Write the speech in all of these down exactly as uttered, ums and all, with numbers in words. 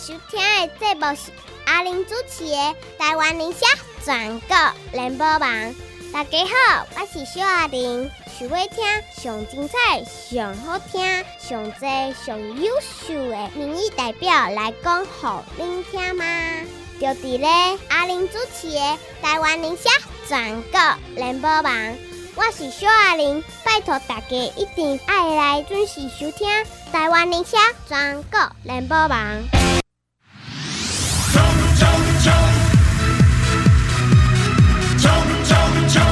收听的节目是阿玲主持的《台湾宁夏全国联播网》。大家好，我是小阿玲。想要听上精彩、上好听、上多、上优秀的民意代表来讲给您听吗？就伫咧阿玲主持的《台湾宁夏全国联播网》。我是小阿玲，拜托大家一定爱来准时收听台湾宁夏全国联播网。 冲冲冲！冲冲冲！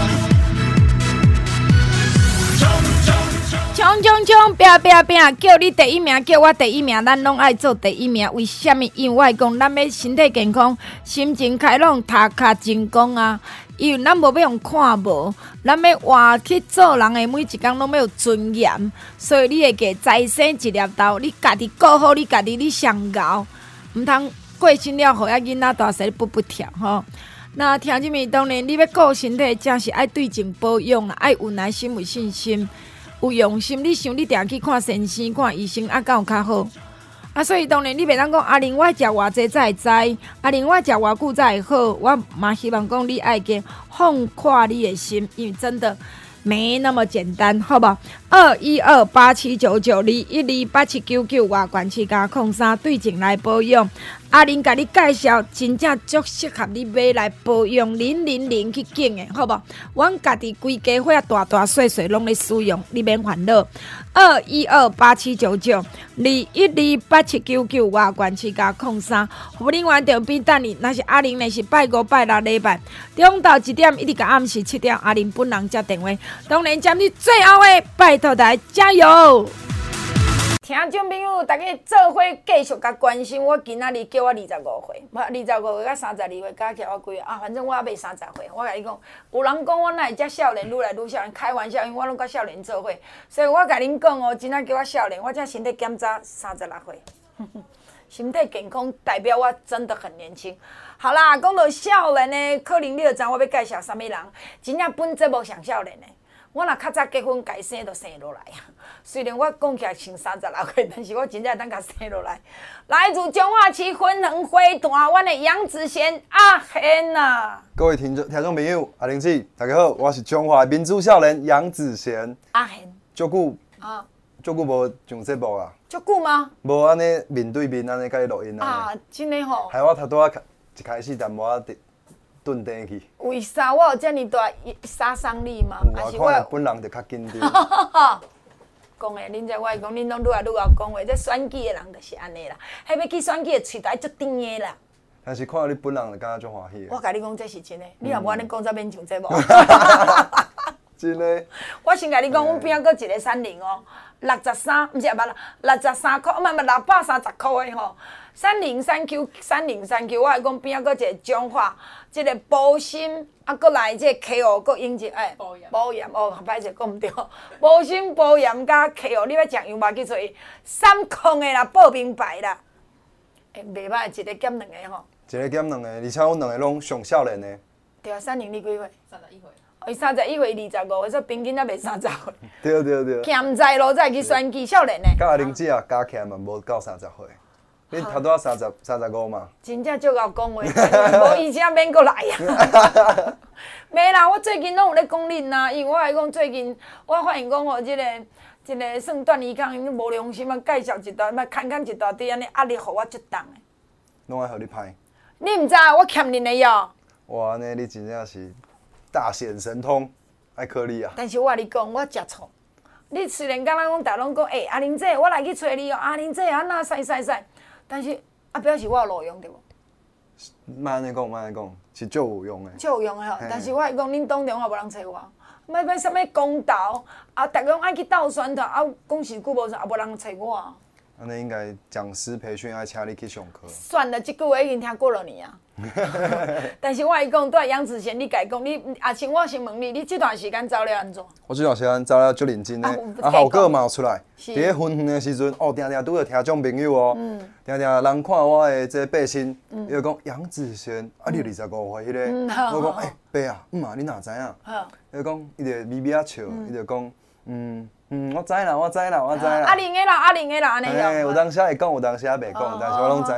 冲冲冲！ 冲冲冲！拼拼拼！叫你第一名，叫我第一名，咱拢爱做第一名。为什么？因为我讲，咱要身体健康，心情开朗，头壳真光啊！因为咱无要用看无，咱要活去做人的每一天拢要有尊严，所以你会记再生一粒豆，你家己顾好你家己，你上熬，毋通过身了，互遐囡仔大细不不跳吼。那听即面，当然你要顾身体，真是爱对症保养啦，爱有耐心、有信心、有用心。你想你定去看先生、看医生，啊，敢有较好？啊，所以当然你袂当讲阿玲，我食偌济才会知，阿玲我食偌久才会好。我嘛希望讲你爱个放宽你的心，因为真的没那么简单，好不好？二一二八七九九二一二八七九九外管气加控三对症来保养。阿玲甲你介绍，真正足适合你买来保养零零零去拣的，好不好？阮家己规家伙大大细细拢咧使用，你免烦恼。二一二八七九九二一二八七九九外管气加控三，服务人员就边等你。若是阿玲呢是拜五拜六礼拜，中昼一点一直到暗时七点，阿玲本人接电话。当然，针对最后的，拜托大家加油！听众朋友，大家做伙继续甲关心我。今仔日叫我二十五岁，无二十五岁到三十二岁，加起来我几啊？反正我还未三十岁。我甲你讲，有人讲我哪会遮少年，愈来愈少年，开玩笑，因为我拢甲少年做伙，所以我甲恁讲哦，真正叫我少年，我这身体检查三十六岁，身体健康代表我真的很年轻。好啦，讲到少年呢，可能你就知我要介绍啥物人，真正本节目上少年的。我若较早结婚，家生就生落来啊。虽然我讲起来像三十六岁，但是我真正当甲生落来。来自彰化市分园花坛湾的杨子贤阿贤啊！ 各位听众、听众朋友，阿玲姐，大家好，我是彰化民主少年杨子贤。 阿贤， 足久啊， 足久无上节目啊？ 足久吗？ 无安尼面对面安尼甲你录音啊，真的吼。 害我头拄仔一开始淡薄仔顿顿去。 为啥我有遮尔大杀伤力吗？ 还是我看本人就较紧张。 讲诶，恁这我会讲，恁拢愈来愈会讲话，这选举诶人就是安尼啦。迄要去选举诶喙台足甜诶啦。 但是看到你本人就感觉足欢喜。 我甲你讲，这是真诶，你若无安尼讲，则免上节目。 真诶。 我先甲你讲，阮边仔佫一个产零哦，六十三，毋是啊，捌啦，六十三箍，毋嘛六百三十箍诶吼。三零三 Q， 三零三 Q， 我会讲边仔佫一个彰化，即个保心，啊，佫来即个 K O， 佫用一哎保养，保养哦，歹势讲毋对，保心保养加 K O， 你要食羊肉去做三控的啦，报名牌啦，哎，袂歹，一个减两个吼。 一个减两个，而且阮两个拢上少年的。 对啊，三零你几岁？ 三十一岁。 伊三十一岁，二十五岁，所以平均还袂三十岁。 对对对。 行在路才去选举少年的。 甲阿玲姐啊，加起来嘛无到三十岁。你头拄仔三十、三十五嘛？ 真正足够讲话，无以前免过来啊！没啦，我最近拢有咧讲恁呐，因为我来讲最近，我发现讲吼，即个即个算段义康，因无良心啊，介绍一大，莫侃侃一大堆，安尼压力互我足重的。 拢爱互你拍。 你毋知我欠恁的哟。 哇，安尼你真正是大显神通，爱靠你啊！ 但是我甲你讲，我食醋。你虽然敢若讲，逐拢讲，诶、欸，阿玲姐，我来去找你哦，阿玲姐安那使使使。但是啊，表示我有路用对无？ 莫安尼讲，莫安尼讲，是足有用的。 足有用的吼，但是我会讲，恁当中也无人找我，莫要啥物公道，啊，逐个爱去斗宣传，啊，讲是久无也无人找我。 安尼应该讲师培训爱请你去上课。 算了，即句话已经听过了年啊。但是我会讲，对杨子贤，你家讲，你啊，先我先问你，你这段时间走了安怎？ 我这段时间走了足认真的，啊，效果嘛有出来。伫咧分园的时阵，哦，定定拄着听众朋友哦，定定人看我的这背心，伊就讲杨子贤，啊，你二十五岁迄个，我讲，哎，爸啊，姆啊，你哪知影？伊就讲，伊就咪咪啊笑，伊就讲，嗯嗯，我知啦，我知啦，我知啦。 阿玲的啦，阿玲的啦，安尼样。 有当时会讲，有当时也袂讲，但是我拢知影。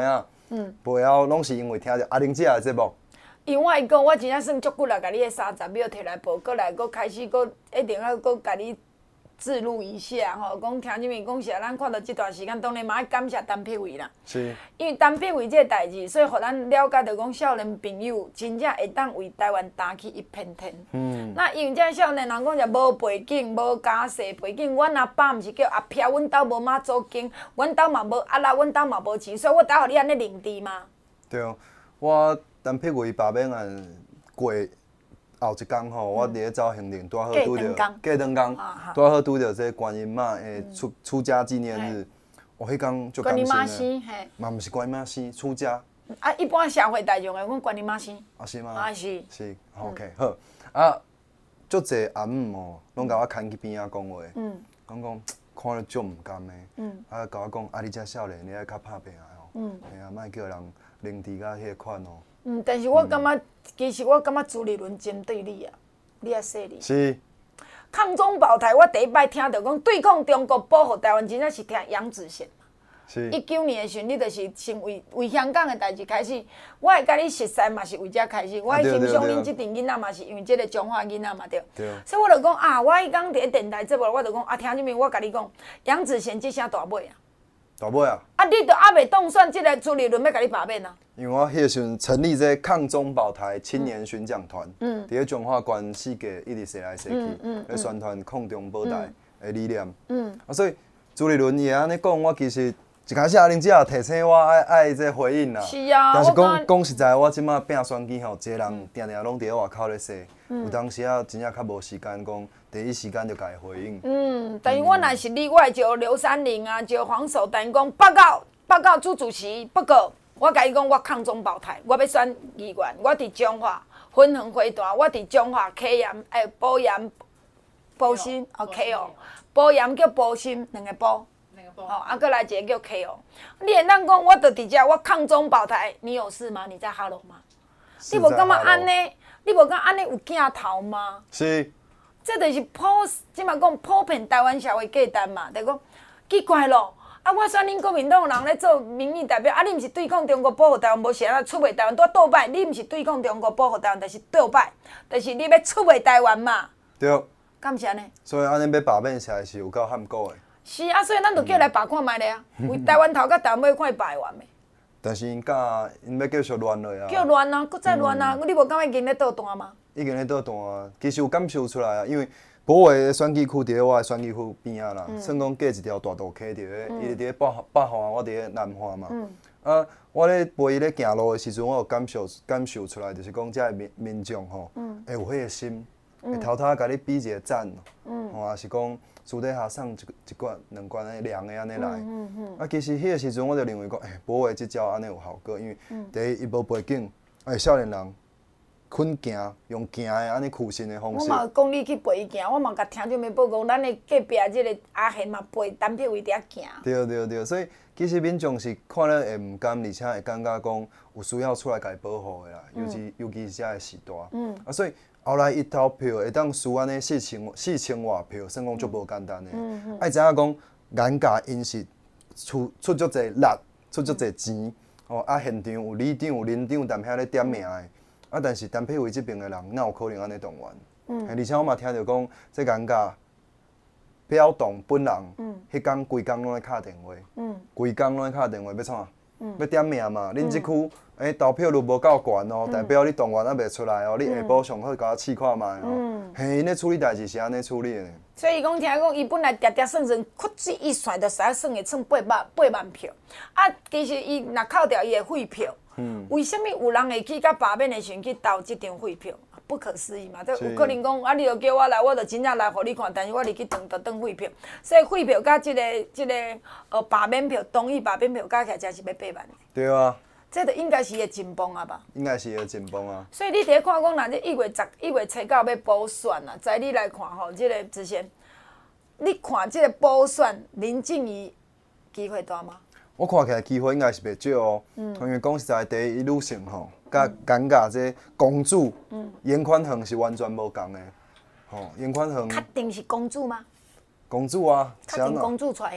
嗯， 背后拢是因为听着阿玲姐的节目。 因为我会讲，我真正算足久啦，甲你的三十秒摕来播，过来，搁开始，搁一定要搁甲你自录一下吼。讲听什物讲是咱看到这段时间，当然嘛要感谢陈佩慧啦。 是。 因为陈佩慧这个代志，所以互咱了解到讲少年朋友真正会当为台湾打起一片天。嗯。那因为这少年人讲就无背景、无家世背景，阮阿爸毋是叫阿飘，阮兜无妈祖经，阮兜嘛无阿拉，阮兜嘛无钱，所以我才互你安尼认知嘛。 对，我陈佩慧爸免啊过后一工吼，我伫咧走行程，拄好拄着过灯工，拄好拄着这观音妈诶出出家纪念日。哦，迄工就感谢呢。嘛毋是观音妈生，出家。 啊，一般社会大众诶，阮观音妈生。 啊是吗？ 啊是。 是 ，OK 好。啊，足侪阿姆吼，拢甲我牵去边仔讲话，讲讲看了足毋甘诶。啊，甲我讲，啊，你遮少年，你爱较拍拼诶吼。嘿啊，莫叫人凌迟到迄个款哦。 嗯，但是我感觉，其实我感觉朱立伦针对你啊，你也说你。 是。 抗中保台，我第一摆听到讲对抗中国、保护台湾，真正是听杨子贤嘛。 是。 一九年的时候，你就是先为为香港的代志开始，我会甲你熟悉嘛，是为遮开始。我会欣赏恁即阵囡仔嘛，是因为即个中华囡仔嘛，对。 对。 所以我就讲啊，我迄讲伫电台节目，我就讲啊，听什么？我甲你讲，杨子贤即声大尾啊。 大尾啊！ 啊，你都还袂当选，即个朱立伦要甲你罢免啊？ 因为我迄个时阵成立这抗中保台青年巡讲团，伫咧中华关四界一直踅来踅去，咧宣传抗中保台的理念。啊，所以朱立伦伊安尼讲，我其实一开始阿玲姐也提醒我爱爱这回应啦。 是啊。 但是讲讲实在，我即摆拼选举吼，一个人定定拢伫咧外口咧说，有当时啊真正较无时间讲。第一时间就甲伊回应。嗯， 但是我若是你，我会招刘三林啊，招黄守丹讲报告报告朱主席，不过我甲伊讲，我抗中保台，我要选议员，我伫中华分恒会团，我伫中华科研诶保研保新哦 K 哦，保研叫保新两个保，两个保，哦，啊，搁来一个叫 K 哦。你会当讲，我伫伫遮，我抗中保台，你有事吗？你在哈喽吗？你无感觉安尼？你无感觉安尼有镜头吗？ 是。 这就是普，即嘛讲普遍台湾社会价值嘛，就讲奇怪咯。啊，我选恁国民党人咧做民意代表，啊，你毋是对抗中国保护台湾，无是安怎出卖台湾？拄倒摆，你毋是对抗中国保护台湾，就是倒摆，就是你要出卖台湾嘛。 对。 敢是安尼？ 所以安尼要罢免实在是有够喊过的。 是啊，所以咱就叫来罢看卖咧啊，为台湾头甲台湾尾看罢完的。 但是因甲因要继续乱落啊。 叫乱啊，搁再乱啊！你无感觉已经咧倒弹吗？ 已经咧倒弹啊，其实有感受出来啊，因为保卫的选举区伫咧我的选举区边仔啦，算讲隔一条大道溪伫咧，伊伫咧北北华，我伫咧南华嘛。啊，我咧陪伊咧行路的时阵，我有感受感受出来，就是讲遮民民众吼，会有迄个心，会偷偷甲你比一个赞，吼，也是讲私底下送一一罐两罐的凉的安尼来。啊，其实迄个时阵我就认为讲，诶，保卫即招安尼有效果，因为第一伊无背景，哎，少年人。肯行，用行的安尼屈身的方式。 我嘛讲你去陪伊行，我嘛甲听众们报告，咱的隔壁即个阿贤嘛陪陈佩慧伫遐行。 对对对，所以其实民众是看了会毋甘，而且会感觉讲有需要出来甲伊保护的啦，尤其尤其是遮个时代。嗯。啊，所以后来伊投票会当输安尼四千四千外票，算讲足无简单的。嗯嗯。爱知影讲眼界因是出出足侪力，出足侪钱。哦，啊现场有里长、有邻长踮遐咧点名的。啊！但是陈佩慧这边的人，哪有可能安尼动员？嗯，而且我嘛听到讲，这尴尬，表动本人，嗯，迄天规工拢咧敲电话，嗯，规工拢咧敲电话要创，嗯，要点名嘛。恁即区诶投票率无够悬哦，代表你动员还袂出来哦，你下晡上好甲我试看卖哦。嘿，因咧处理代志是安尼处理的。 所以讲听讲，伊本来定定算算，屈指一算，就使算会算八万八万票。啊，其实伊若扣掉伊的废票。嗯、为什么有人会去甲罢免的时阵去投这张废票？不可思议嘛！这有可能讲啊，你著叫我来，我著真正来互你看，但是我入去当着当废票。所以废票甲即、这个即、这个呃罢免票、同意罢免票加起来，才是要八万。 对啊。 这著应该是会进步啊吧？ 应该是会进步啊。 所以你伫咧看讲，若这一月十、一月七九要补选啊，在你来看吼，即、这个之前，你看即个补选，林静怡机会大吗？ 我看起来机会应该是袂少哦，嗯、因为讲实在，第一女性吼，甲尴尬这公主，嗯、严宽恒是完全无共的，吼，严宽恒。 确定是公主吗？ 公主啊， 确定公主出来啊？ 毋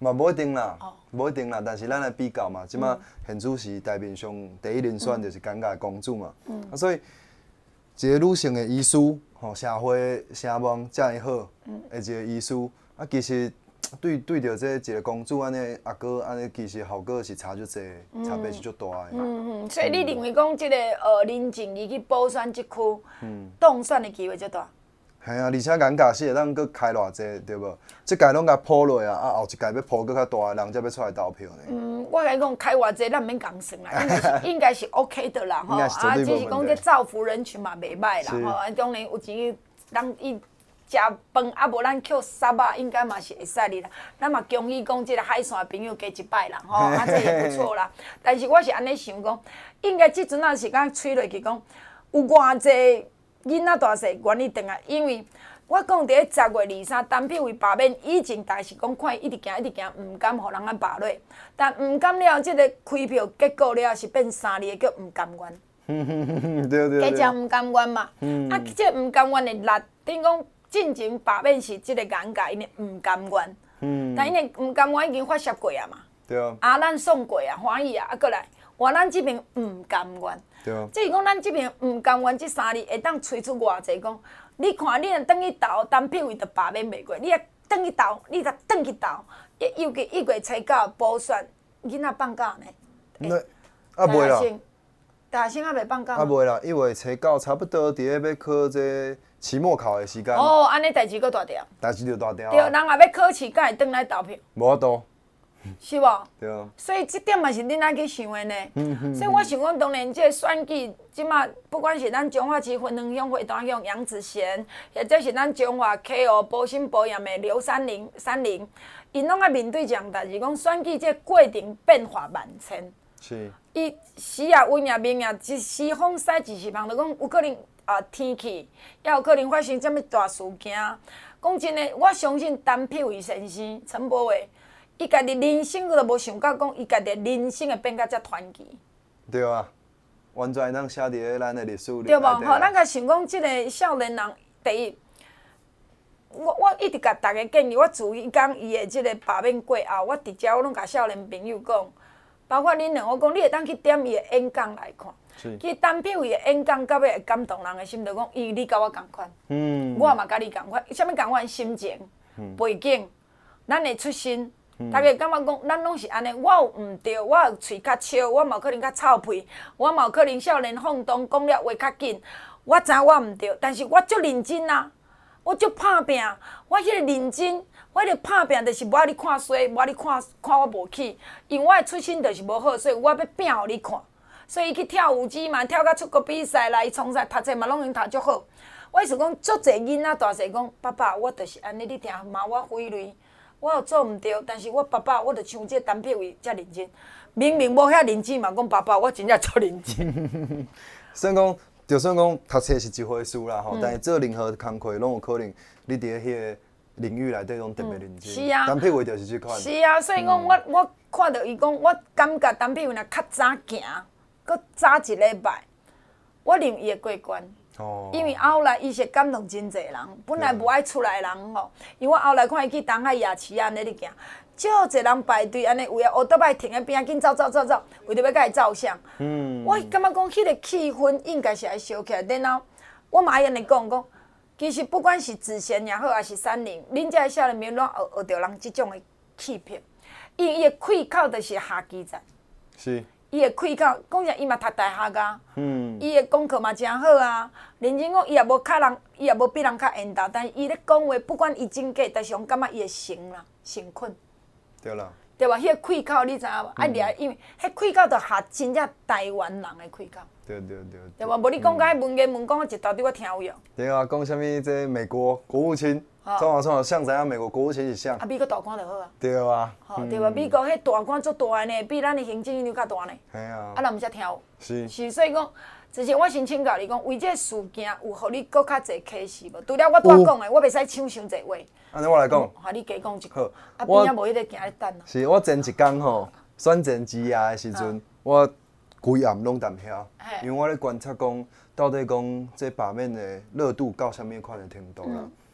嘛无一定啦，无一定啦，但是咱来比较嘛，即马现主是台面上第一人选就是尴尬的公主嘛，啊，所以一个女性的医师，吼，社会声望遮尔好，的一个医师，啊，其实对对着这一个公主安尼阿哥安尼，其实效果是差足济，差别是足大的。 嗯嗯，所以你认为讲即个呃林静怡去补选即区，当选的机会足大？ 系啊，而且尴尬是会当搁开偌济，对无？即届拢甲铺落啊，啊后一届要铺搁较大，人才要出来投票呢。 嗯，我甲你讲，开偌济咱免讲算啦，应该是应该是 OK 的啦，吼。啊，只是讲这造福人群嘛，袂歹啦，吼。啊，当然有钱人伊食饭，啊无咱捡沙啊，应该嘛是会使哩啦。咱嘛恭喜讲即个海线的朋友加一摆啦，吼，啊这也不错啦。但是我是安尼想讲，应该即阵啊是讲吹落去讲，有偌济。囡仔大细愿意转来，因为我讲伫咧十月二三单票为罢免，以前大是讲看伊一直行一直行，毋甘互人啊罢落。但毋甘了，即个开票结果了是变三字叫毋甘愿。 对对对。 加只毋甘愿嘛，啊，即个毋甘愿的力，等于讲进前罢免是即个尴尬，因为毋甘愿。嗯。但因为毋甘愿已经发泄过啊嘛。 对啊。 啊，咱送过啊，欢喜啊，啊，过来，换咱即边毋甘愿。即是讲，咱即边毋甘愿即三字会当吹出偌济讲，你看你若转去投单票位就罢免袂过，你若转去投，你若转去投，尤其一月初九补选，囡仔放假呢？ 那啊袂啦， 大学生还袂放假吗？ 啊袂啦，一月初九差不多伫咧要考这期末考的时间。 哦，安尼代志佫大条。 代志就大条。 对，人若要考试，敢会转来投票？ 无法度。 是无？ 对啊。 所以这点嘛是恁爱去想的呢。所以我想讲，当然，这个选举即马不管是咱中华区分两乡会单乡杨子贤，或者是咱中华 K O 保心保养的刘三林、三林，因拢爱面对这样代志，讲选举这过程变化万千。 是。 伊时也温也明也，一时风势一时风，就讲有可能啊天气，也有可能发生什么大事件。讲真诶，我相信陈佩伟先生、陈柏伟。伊家己人生都无想到，讲伊家己人生会变甲遮传奇。 对啊，完全当写伫咧咱的历史里。 对无？吼，咱甲想讲，即个少年人，第一，我我一直甲大家建议，我自伊讲伊的即个罢免过后，我直接我拢甲少年朋友讲，包括恁两，我讲你会当去点伊的演讲来看。 是。 其实单票伊的演讲到尾会感动人的心，就讲伊你甲我共款，嗯，我嘛甲你共款，啥物共款心情、背景，咱的出身。大家感觉讲，咱拢是安尼，我有毋对，我有喙较笑，我嘛有可能较臭屁，我嘛有可能少年放荡，讲了话较紧。我知我毋对，但是我足认真啊，我足拍拼，我迄个认真，我迄个拍拼，就是无你看衰，无你看看我无起，因为我的出身就是无好，所以我要拼互你看。所以伊去跳舞机嘛，跳到出国比赛啦，伊从赛读册嘛，拢用读足好。我是讲，足侪囡仔大细讲，爸爸，我就是安尼，你听骂我费累。我有做毋对，但是我爸爸，我著像这单票位遮认真，明明无遐认真嘛，讲爸爸，我真正足认真。 算讲，就算讲读册是一回事啦吼，嗯、但是做任何工课拢有可能，你伫咧迄个领域内底拢特别认真。 是啊。单票位就是即款。 是啊，所以讲、嗯、我我看到伊讲，我感觉单票位若较早行，搁早一礼拜，我认为伊会过关。哦、因为后来伊是感动真侪人，本来无爱出来人吼。因为我后来看伊去东海夜市安尼咧行，足侪人排队安尼，为啊乌托邦停喺边仔紧走走走走，为着要甲伊照相。嗯、我感觉讲迄个气氛应该是爱烧起来。然后我嘛爱安尼讲讲，其实不管是子贤也好，还是三林，恁遮个少年民拢学学着人即种的气魄，因为伊的开口就是下基站。 是。 伊的开口，讲实伊嘛读大学啊，嗯，伊的功课嘛真好啊。认真讲，伊也无较人，伊也无比人较缘投，但是伊咧讲话，不管伊真假，但是我感觉伊会成啦，成困。 对啦。 对吧？迄个开口你知影无？爱掠，因为迄开口着下真正台湾人的开口。 对对对。 对吧？无你讲甲迄文言文讲一道对我听有用。 对啊，讲啥物这美国国务卿。创啊创啊，像知影美国国务卿是像。 啊，美国大官就好啊。 对啊。 吼，对吧？美国迄大官足大呢，比咱的行政院长较大呢。 系啊。 啊，人毋则听有。 是。 是，所以讲，之前我先请教你讲，为这事件有互你搁较侪启示无？除了我拄讲的，我袂使抢伤侪话。 安尼我来讲。 哈，你加讲一句。好。啊，边仔无迄个行咧等啊。 是我前一工吼，选前之夜的时阵，我规暗拢踮遐，因为我咧观察讲，到底讲这罢免的热度到啥物款的程度啦。迄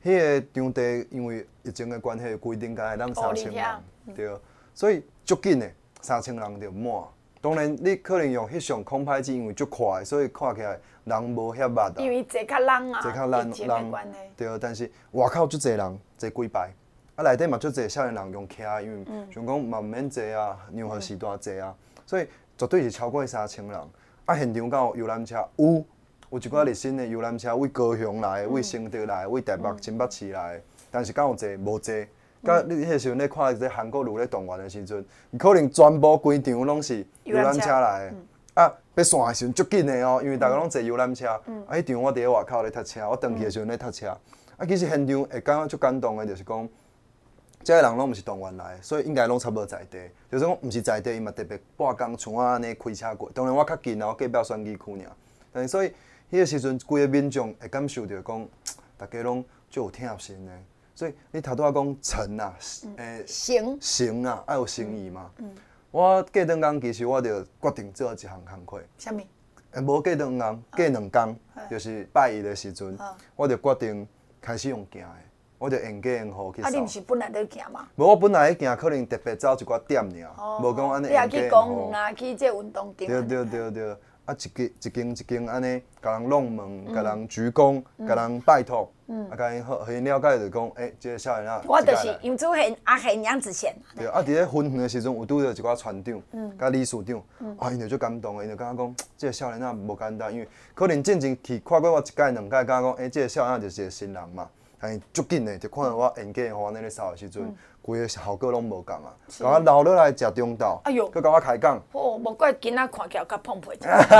迄个场地因为疫情的关系，规定才会当三千人，对，所以足紧的三千人就满。当然，你可能用迄种空拍机，因为足快，所以看起来人无遐密啊。 因为坐较人啊， 坐较人人对，但是外口足侪人，坐几排，啊内底嘛足侪少年人用徛，因为像讲嘛毋免坐啊，任何时段坐啊，所以绝对是超过三千人。啊，现场敢有游览车？有，有一寡热心的游览车，为高雄来的，为承德来的，为台北、新北市来的，但是敢有坐？无坐。甲你迄时阵咧看这韩国瑜咧动员的时阵，可能全部规场拢是游览车来的。啊，要散的时阵足紧的哦，因为大家拢坐游览车。啊，迄场我伫咧外口咧读车，我回去的时阵咧读车。啊，其实现场会感觉足感动的，就是讲，这个人拢毋是动员来的，所以应该拢差不多在地。就是讲毋是在地，伊嘛特别半工像我安尼开车过。当然我较近啊，我隔壁选举区尔。但是所以迄个时阵，规个民众会感受到讲，大家拢足有疼心的。所以你头拄仔讲诚啊，诶， 诚诚啊，爱有诚意嘛。我过两工，其实我就决定做一项工课。 啥物？ 诶，无过两工，过两工，就是拜一的时阵，我就决定开始用行的，我就用过用好去扫。 啊，你毋是本来在行嘛？ 无，我本来咧行，可能特别走一寡点尔，无讲安尼用过用好。你也去公园啊，去这运动场。 对对对对。啊，一间一间一间安尼，甲人弄门，甲人鞠躬，甲人拜托，啊，甲因好，互因了解就讲，诶，即个少年仔。 我就是杨祖贤阿贤杨子贤。 对，啊，伫咧分园的时阵，有拄着一寡船长，甲理事长，啊，因就足感动的，因就感觉讲，即个少年仔无简单，因为可能进前去看过我一届两届，感觉讲，诶，即个少年仔就是个新人嘛，但是足紧的，就看到我演过互安尼咧扫的时阵。规个效果拢无共啊！甲我留落来食中昼，哎呦，佮甲我开讲。 哦，无怪囡仔看起来较澎湃。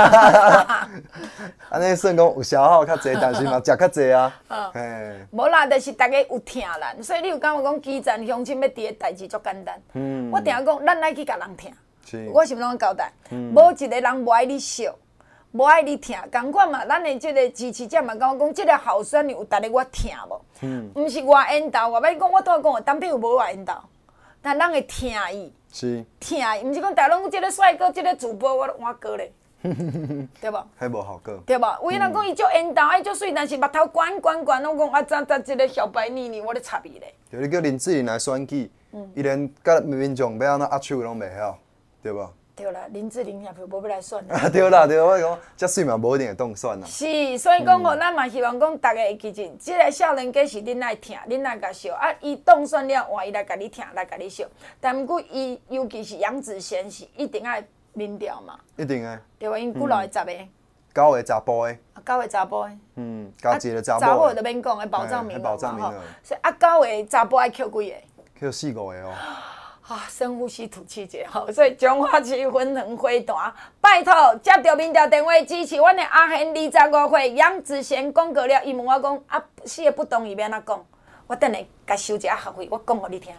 安尼算讲有消耗较济，但是嘛食较济啊。嘿。 无啦，就是大家有疼咱，所以你有感觉讲基层乡亲要伫的代志足简单。嗯。我定讲，咱爱去甲人疼。是。我是拢交代，无一个人无爱你笑，无爱你疼，共款嘛。咱的即个支持者嘛，讲讲即个候选人有值得我疼无？嗯，毋是外缘投，我要讲，我拄仔讲的，当兵有无外缘投，但咱会疼伊，是疼伊，毋是讲大家拢即个帅哥、即个主播，我换过咧，对无？ 迄无效果， 对无？有人讲伊足缘投，爱足水，但是目头悬悬悬，拢讲啊，怎怎即个小白腻腻，我咧插伊咧。 就你叫林志玲来选举，伊连甲民众要安怎握手拢袂晓，对无？ 对啦，林志玲也无要来选。 啊，对啦，对，我讲遮水嘛，无一定会当选啦。 是，所以讲吼，咱嘛希望讲大家会记住，即个少年家是恁爱疼，恁爱甲笑。啊，伊当选了，换伊来甲你疼，来甲你笑。但毋过伊，尤其是杨子贤是一定爱民调嘛。 一定诶。 对吧？因几老个十个。 九个查甫诶。 九个查甫诶。 嗯，加一个查某。 查某就免讲诶，保障名额嘛吼。所以啊，九个查甫爱扣几个？ 扣四五个哦。 啊，深呼吸，吐气者吼，所以中华区分园花坛，拜托接到民调电话支持阮的阿贤二十五岁杨子贤广告了，伊问我讲啊，四个不同意要安怎讲？我等下甲收一下学费，我讲互你听。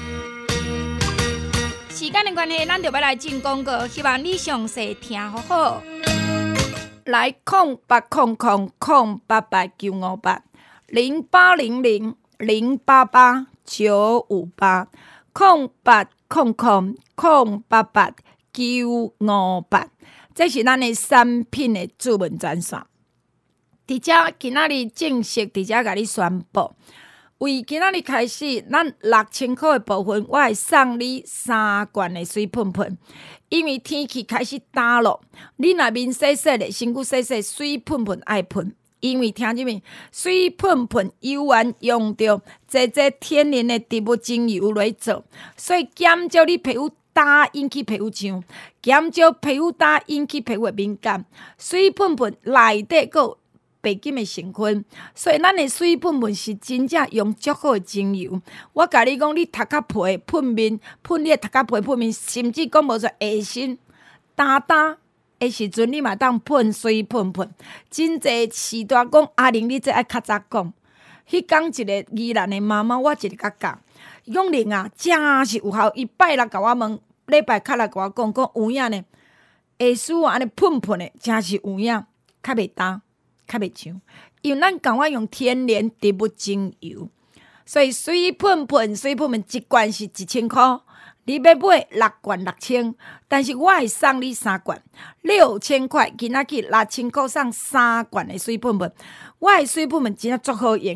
时间的关系，咱就要来进广告，希望你详细听好好。来，空八空空空八八九五八零八零零零八八九五八。空八空空空八八九五八，这是咱的产品的主文专线。伫遮今仔日正式伫遮甲你宣布，为今仔日开始，咱六千块的部分，我会送你三罐的水喷喷。因为天气开始打落，你若面洗洗的，身躯洗洗，水喷喷爱喷。因为听入面水喷喷油丸用着这这天然的植物精油来做，所以减少你皮肤打引起皮肤痒，减少皮肤打引起皮肤的敏感。水喷喷内底还有白金的成分，所以咱的水喷喷是真正用足好的精油。我甲你讲，你头壳皮喷面，喷你的头壳皮喷面，甚至讲无说下身打打。的时阵，你嘛当喷水喷喷，真济时代讲阿玲，你这爱较早讲。迄讲一个宜兰的妈妈，我一个甲教，伊讲玲啊，真是有效。伊拜六甲我问，礼拜卡来甲我讲，讲有影呢，下输安尼喷喷的，真是有影，较袂干，较袂痒。因为咱讲我用天然植物精油，所以水喷喷水喷喷一罐是一千块。你要买六罐六千，但是我会送你三罐六千块。今仔日六千块送三罐的水喷喷，我的水喷喷真正足好用的，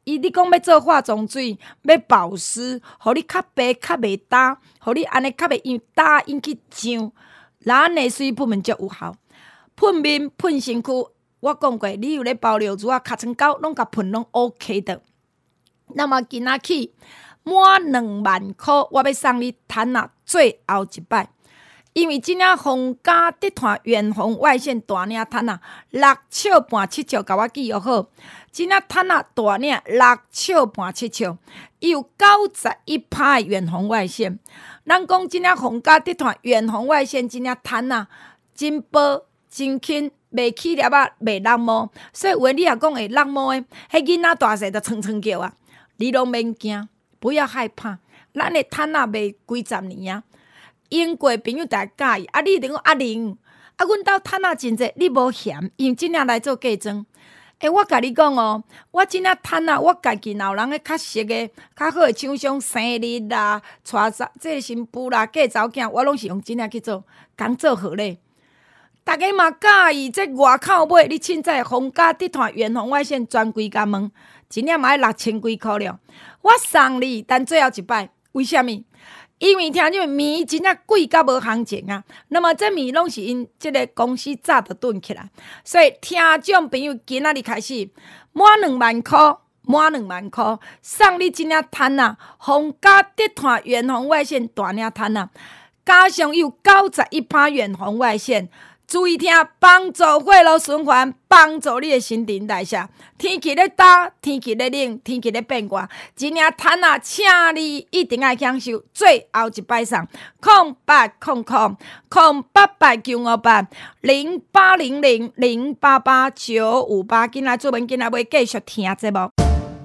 伊你讲要做化妆水，要保湿，互你较白较袂焦，互你安尼较袂因焦引起痒，咱的水喷面足有效。喷面喷身躯，我讲过，你有咧包尿珠啊、尻川膏，拢甲喷拢 OK 的。那么今仔起满两万块，我要送你摊啊最后一摆。因为真正皇家集团远红外线大领摊啊，六尺半七尺，甲我记录好。真正摊啊大领六尺半七尺，伊有九十一趴的远红外线。咱讲真正皇家集团远红外线真正摊啊，真薄真轻，袂起粒啊，袂落毛。所以有诶你若讲会落毛诶，迄囡仔大细就蹭蹭叫啊，你拢免惊，不要害怕。咱诶摊啊卖几十年啊。用过朋友才介意，啊！你一定讲阿玲，啊！阮兜摊啊真济，你无嫌，用真正来做嫁妆。诶、欸，我甲你讲哦，我真正摊啊，我家己若有人咧较熟诶、较好诶厂商生日啦、娶啥这新妇啦、嫁查某囝，我拢是用真正去做，讲做好咧。大家嘛介意，这外口买你凊彩皇家集团远红外线专柜甲问，一领嘛要六千几箍了。我送你，但最后一摆，为虾米？因为听种棉真正贵到无行情啊，那么这棉拢是因即个公司早就囤起来，所以听众朋友今仔日开始满两万块，满两万块送你真正摊啊！皇家集团远红外线大领摊啊，加上有九十一趴远红外线。注意听，帮助血路循环，帮助你的新陈代谢。天气咧大，天气咧冷，天气咧变热，真正摊啊，请你一定要享受最后一摆送，空八空空空八八九五八零八零零零八八九五八，今仔做文，今仔要继续听节目。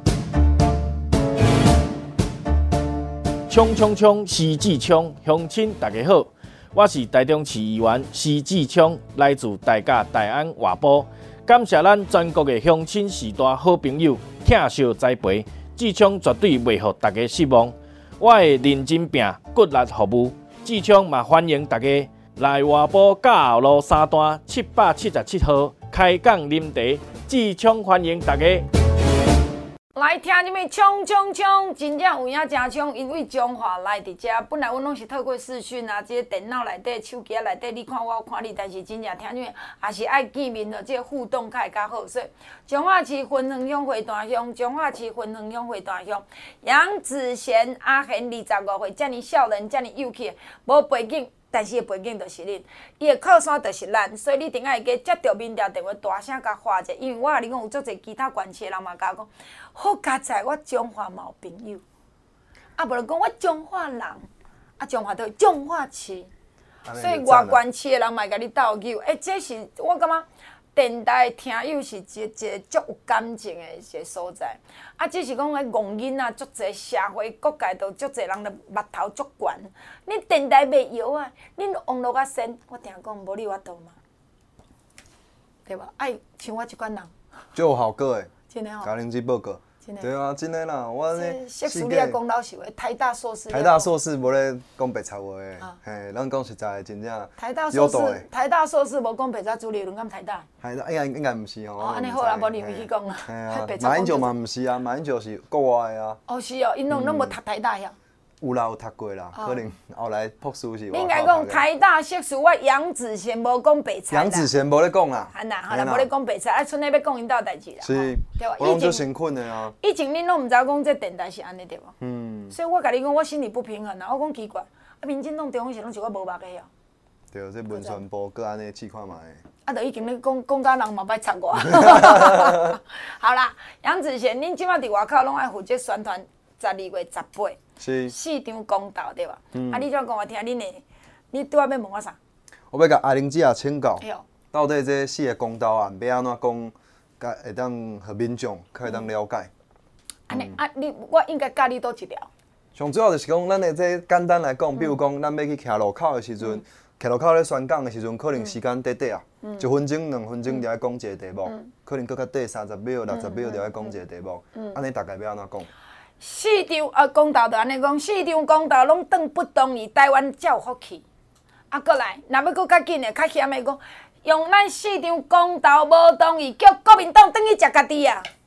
冲冲冲！徐志昌，乡亲大家好。我是台中市议员徐志昌，来自大甲大安外埔，感谢咱全国的乡亲时代好朋友疼惜栽培，志昌绝对袂互大家失望。我会认真拼，骨力服务。志昌嘛欢迎大家来外埔嘉后路三段七百七十七号开讲啉茶。志昌欢迎大家。 来听什么冲冲冲！真正有影真冲，因为中华来伫遮，本来阮拢是透过视讯啊，即个电脑内底、手机内底，你看我，我看你，但是真正听什么，也是爱见面的，即个互动较会较好。所以，彰化市分园乡会大乡，彰化市分园乡会大乡，杨子贤阿贤二十五岁，遮尔少年，遮尔幼气，无背景。但是伊背景就是恁，伊的靠山就是咱，所以你一定要会加接到民调电话，大声甲发者。因为我甲你讲，有足侪其他县市的人嘛甲我讲，好佳哉，我彰化嘛有朋友，啊无就讲我彰化人，啊彰化都彰化市，所以外县市的人嘛甲你斗牛。诶、欸，这是我感觉电台的听友是一一个足有感情的一个所在。啊，只是讲迄戆囡仔足侪，社会各界都足侪人，都目头足悬。恁电台卖药啊，恁网络较先，我听讲无你法度嘛，对吧？爱像我即款人， 就有效果诶， 真诶吼， 家庭机报告。对啊，真诶啦，我呢， 硕士你也讲老实话，台大硕士。 台大硕士无咧讲白贼话诶，嘿，咱讲实在诶，真正。 台大硕士，台大硕士无讲白贼，朱立伦敢台大？ 台大应该应该毋是吼。 哦，安尼好啦，无你去讲啦。 系啊，马英九嘛毋是啊，马英九是国外诶啊。 哦，是哦，因拢拢无读台大遐。 有啦，有读过啦，可能后来博士是。 你应该讲台大硕士，我杨子贤无讲白菜。 杨子贤无咧讲啦。 啊呐，好啦，无咧讲白菜，啊，剩咧要讲因兜代志啦。 是，我拢足辛苦的啊。 以前恁拢毋知讲这电台是安尼对无？嗯。所以我甲你讲，我心里不平衡啊！我讲奇怪，啊，民进党中央是拢是我无捌的哦。 对，这文宣部搁安尼试看卖。 啊，就已经咧讲讲甲人嘛歹插我。好啦，杨子贤，恁即摆伫外口拢爱负责宣传。十二月十八，是四场公道对吧？嗯、啊，你怎讲我听？恁的，你拄仔要问我啥？ 我要甲阿玲姐请教，到底这四个公道案要安怎讲，甲会当互民众较会当了解？ 安尼、嗯、啊，你我应该教你倒一条。 上主要就是讲，咱的这简单来讲，比如讲，咱要去徛路口的时阵，徛路口咧宣讲的时阵，可能时间短短啊，嗯、一分钟、两分钟就要讲一个题目，嗯、可能搁较短三十秒、六十秒就要讲一个题目，安尼、嗯、大概要安怎讲？ 四场啊，公道就安尼讲，四场公道拢当不同意，台湾才有福气。啊，过来，若要搁较紧的、较险的讲，用咱四场公道无同意，叫国民党转去食家己啊！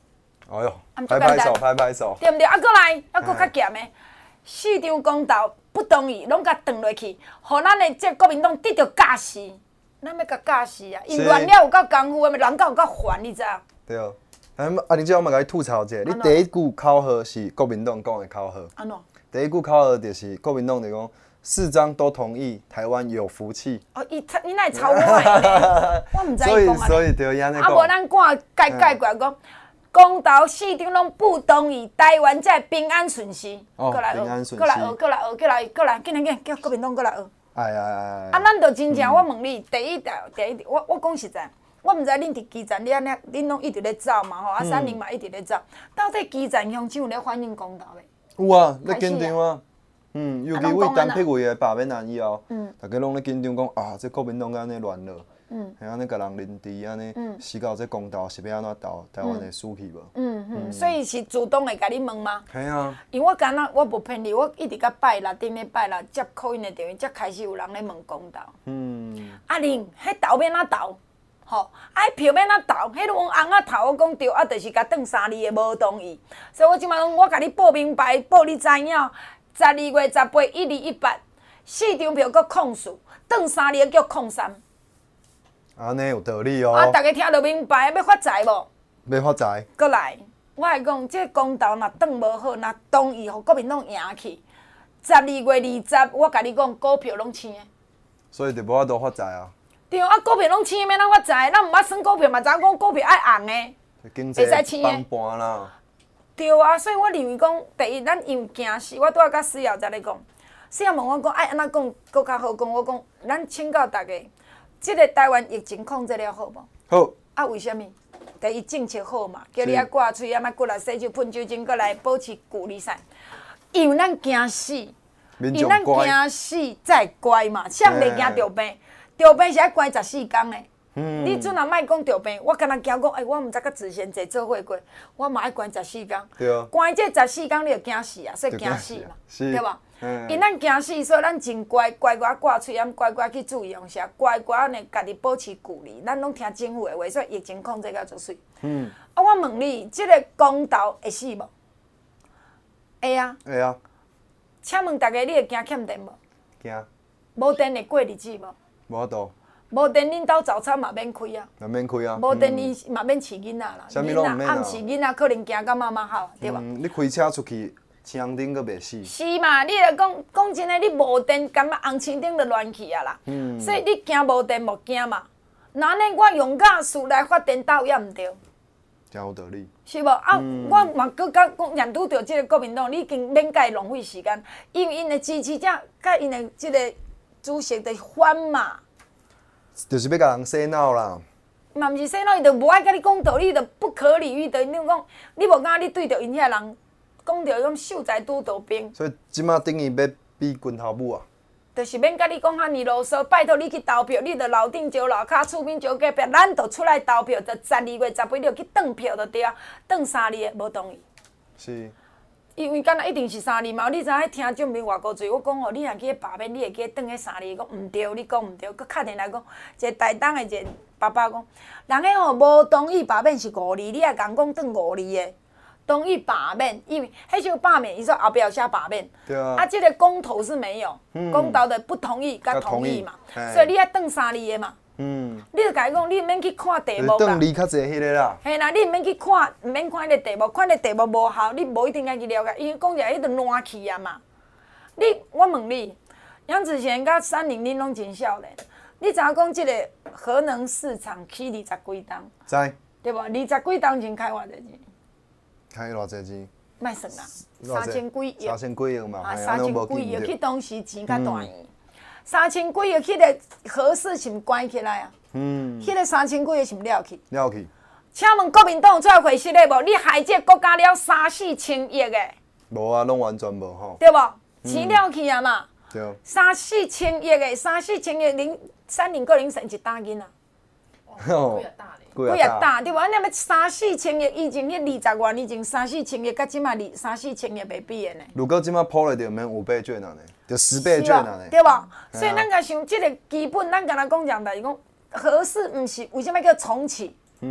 哎呦，拍拍手，拍拍手， 对不对？啊，过来，啊，搁较咸的，四张公投不同意，拢甲断落去，互咱的这国民党得到假死，咱要甲假死啊！因乱了有够功夫的，人够有够烦，你知影？ 对。啊，阿玲姐，我嘛甲你吐槽一下，你第一句口号是国民党讲的口号。 安怎？ 第一句口号就是国民党就讲四张都同意，台湾有福气。 哦，伊你哪会抄我的？我毋知伊讲啊。所以所以就安尼讲。 啊，无咱看解解过来讲，公投四张拢不同意，台湾才平安顺遂。 哦，平安顺遂。 过来学，过来学，过来过来，紧来紧，叫国民党过来学。 哎呀哎。 啊，咱就真正，我问你，第一条，第一条，我我讲实在。我毋知恁伫基层，你安尼，恁拢一直咧走嘛吼，啊，三零嘛一直咧走。到底基层乡亲有咧反映公投未？ 有啊，咧紧张啊。嗯，尤其为单僻位的罢免案以后，大家拢咧紧张讲啊，这国民党安尼乱了，嗯，安尼甲人认知安尼，死到这公投是要安怎投？台湾会输去无？嗯嗯，所以是主动会甲你问吗？ 系啊。 因为我敢若我无骗你，我一直到拜六顶咧拜六接口音的电话，才开始有人咧问公投。嗯。啊，恁迄投要哪投？吼，啊，票要哪投？迄用红啊投，我讲对，啊，就是甲转三字的无同意。所以我即摆讲，我甲你报明白，报你知影。十二月十八，一二一八，四张票搁控诉，转三字叫控三。 安尼有道理哦。 啊，大家听得明白，要发财无？ 要发财。 搁来，我来讲，这公投若转无好，若同意，互国民党赢去。十二月二十，我甲你讲，股票拢升。 所以就无法度发财啊。 对啊，股票拢升，要哪发财？咱毋捌算股票，嘛知影讲股票爱红的， 会使帮搬啦。 对啊，所以我认为讲，第一，咱因为惊死，我拄仔甲四瑶才咧讲，四瑶问我讲，爱安怎讲，搁较好讲。我讲，咱请教大家，即个台湾疫情控制了好无？ 好。 啊，为什么？第一政策好嘛，叫你啊挂喙啊，莫过来洗手、喷酒精，过来保持距离赛。因为咱惊死，因为咱惊死才会乖嘛，谁袂惊着病？着病是爱关十四天的。嗯、你阵啊，莫讲着病，我敢若惊讲，哎，我毋知甲之前坐做伙过，我嘛爱关十四天。 对啊。 关这十四天，你就惊死啊，所以惊死嘛，对吧？因咱惊死，所以咱真乖，乖乖挂喙炎，乖乖去注意用啥，乖乖安尼家己保持距离，咱拢听政府的话，所以疫情控制甲足水。嗯。啊，我问你，即、这个公投会死无？会啊。 会啊。 请问大家，你会惊欠电无？ 惊。 无电会过日子无？ 无法度。 无电，恁兜早餐嘛免开啊。 嘛免开啊。 无电，你嘛免饲囡仔啦。 啥物拢毋免啊。 暗时囡仔可能惊到妈妈好，对吧？ 嗯，你开车出去，枪顶佫袂死。 是嘛？你来讲讲真诶，你无电，感觉红青顶就乱去啊啦。嗯。所以你惊无电无惊嘛？那呢，我用假事来发电倒也毋对。 真有道理。 是无啊？嗯、我嘛佫甲讲，认拄着即个国民党，你已经免甲伊浪费时间，因为因诶支持者甲因诶即个主席在反嘛。 就是要甲人洗脑啦。 嘛毋是洗脑，伊就无爱甲你讲道理，就不可理喻的。你讲，你无敢你对着因遐人讲着种秀才拄道兵。 所以即马等于要比拳头母啊。 就是免甲你讲遐尼啰嗦，拜托你去投票，你着楼顶招楼骹，厝边招隔壁，咱着出来投票，着十二月十八你着去转票就对啊，转三字的无同意。 是。 因为敢若一定是三字嘛，你知影听证明偌古侪，我讲哦，你若去罢免，你会记转迄三字，讲毋对，你讲毋对，佮敲电来讲，一个台东的一个爸爸讲，人个吼无同意罢免是五字，你也共讲转五字的，同意罢免，因为迄就罢免，伊说后壁有写罢免， 对啊， 啊，即个公投是没有，嗯、公投的不同意甲同意嘛，所以你爱转三字的嘛。嗯，你就甲伊讲，你毋免去看题目啦。 转离较济迄个啦。 嘿啦，你毋免去看，毋免看迄个题目，看迄个题目无效，你无一定爱去了解。伊讲起来，迄就烂去啊嘛。你，我问你，杨子贤甲三菱恁拢真少年，你知影讲即个核能市场起二十几档？ 知。 对无？二十几档钱开偌济钱？ 开偌济钱？ 莫算啦，三千几亿。 三千几亿嘛， 啊，三千几亿，去当时钱较大亿。三千几亿，迄个核市是毋关起来啊？嗯。迄个三千几亿是毋了去？ 了去。 请问国民党有出来回实的无？你害这国家了三四千亿的。无啊，拢完全无吼。 对无？钱了去啊嘛。 对。 三四千亿的，三四千亿零三零个零省一单囡仔。 哦。 几啊大？几啊大？对无？你要三四千亿以前，迄二十元以前三四千亿，甲即马二三四千亿袂比的呢。 如果即马普了，就免五倍券啊呢。就十倍券啊呢， 对无？所以咱甲想，即个基本咱敢若讲讲代，是讲核市毋是为什么叫重启？嗯，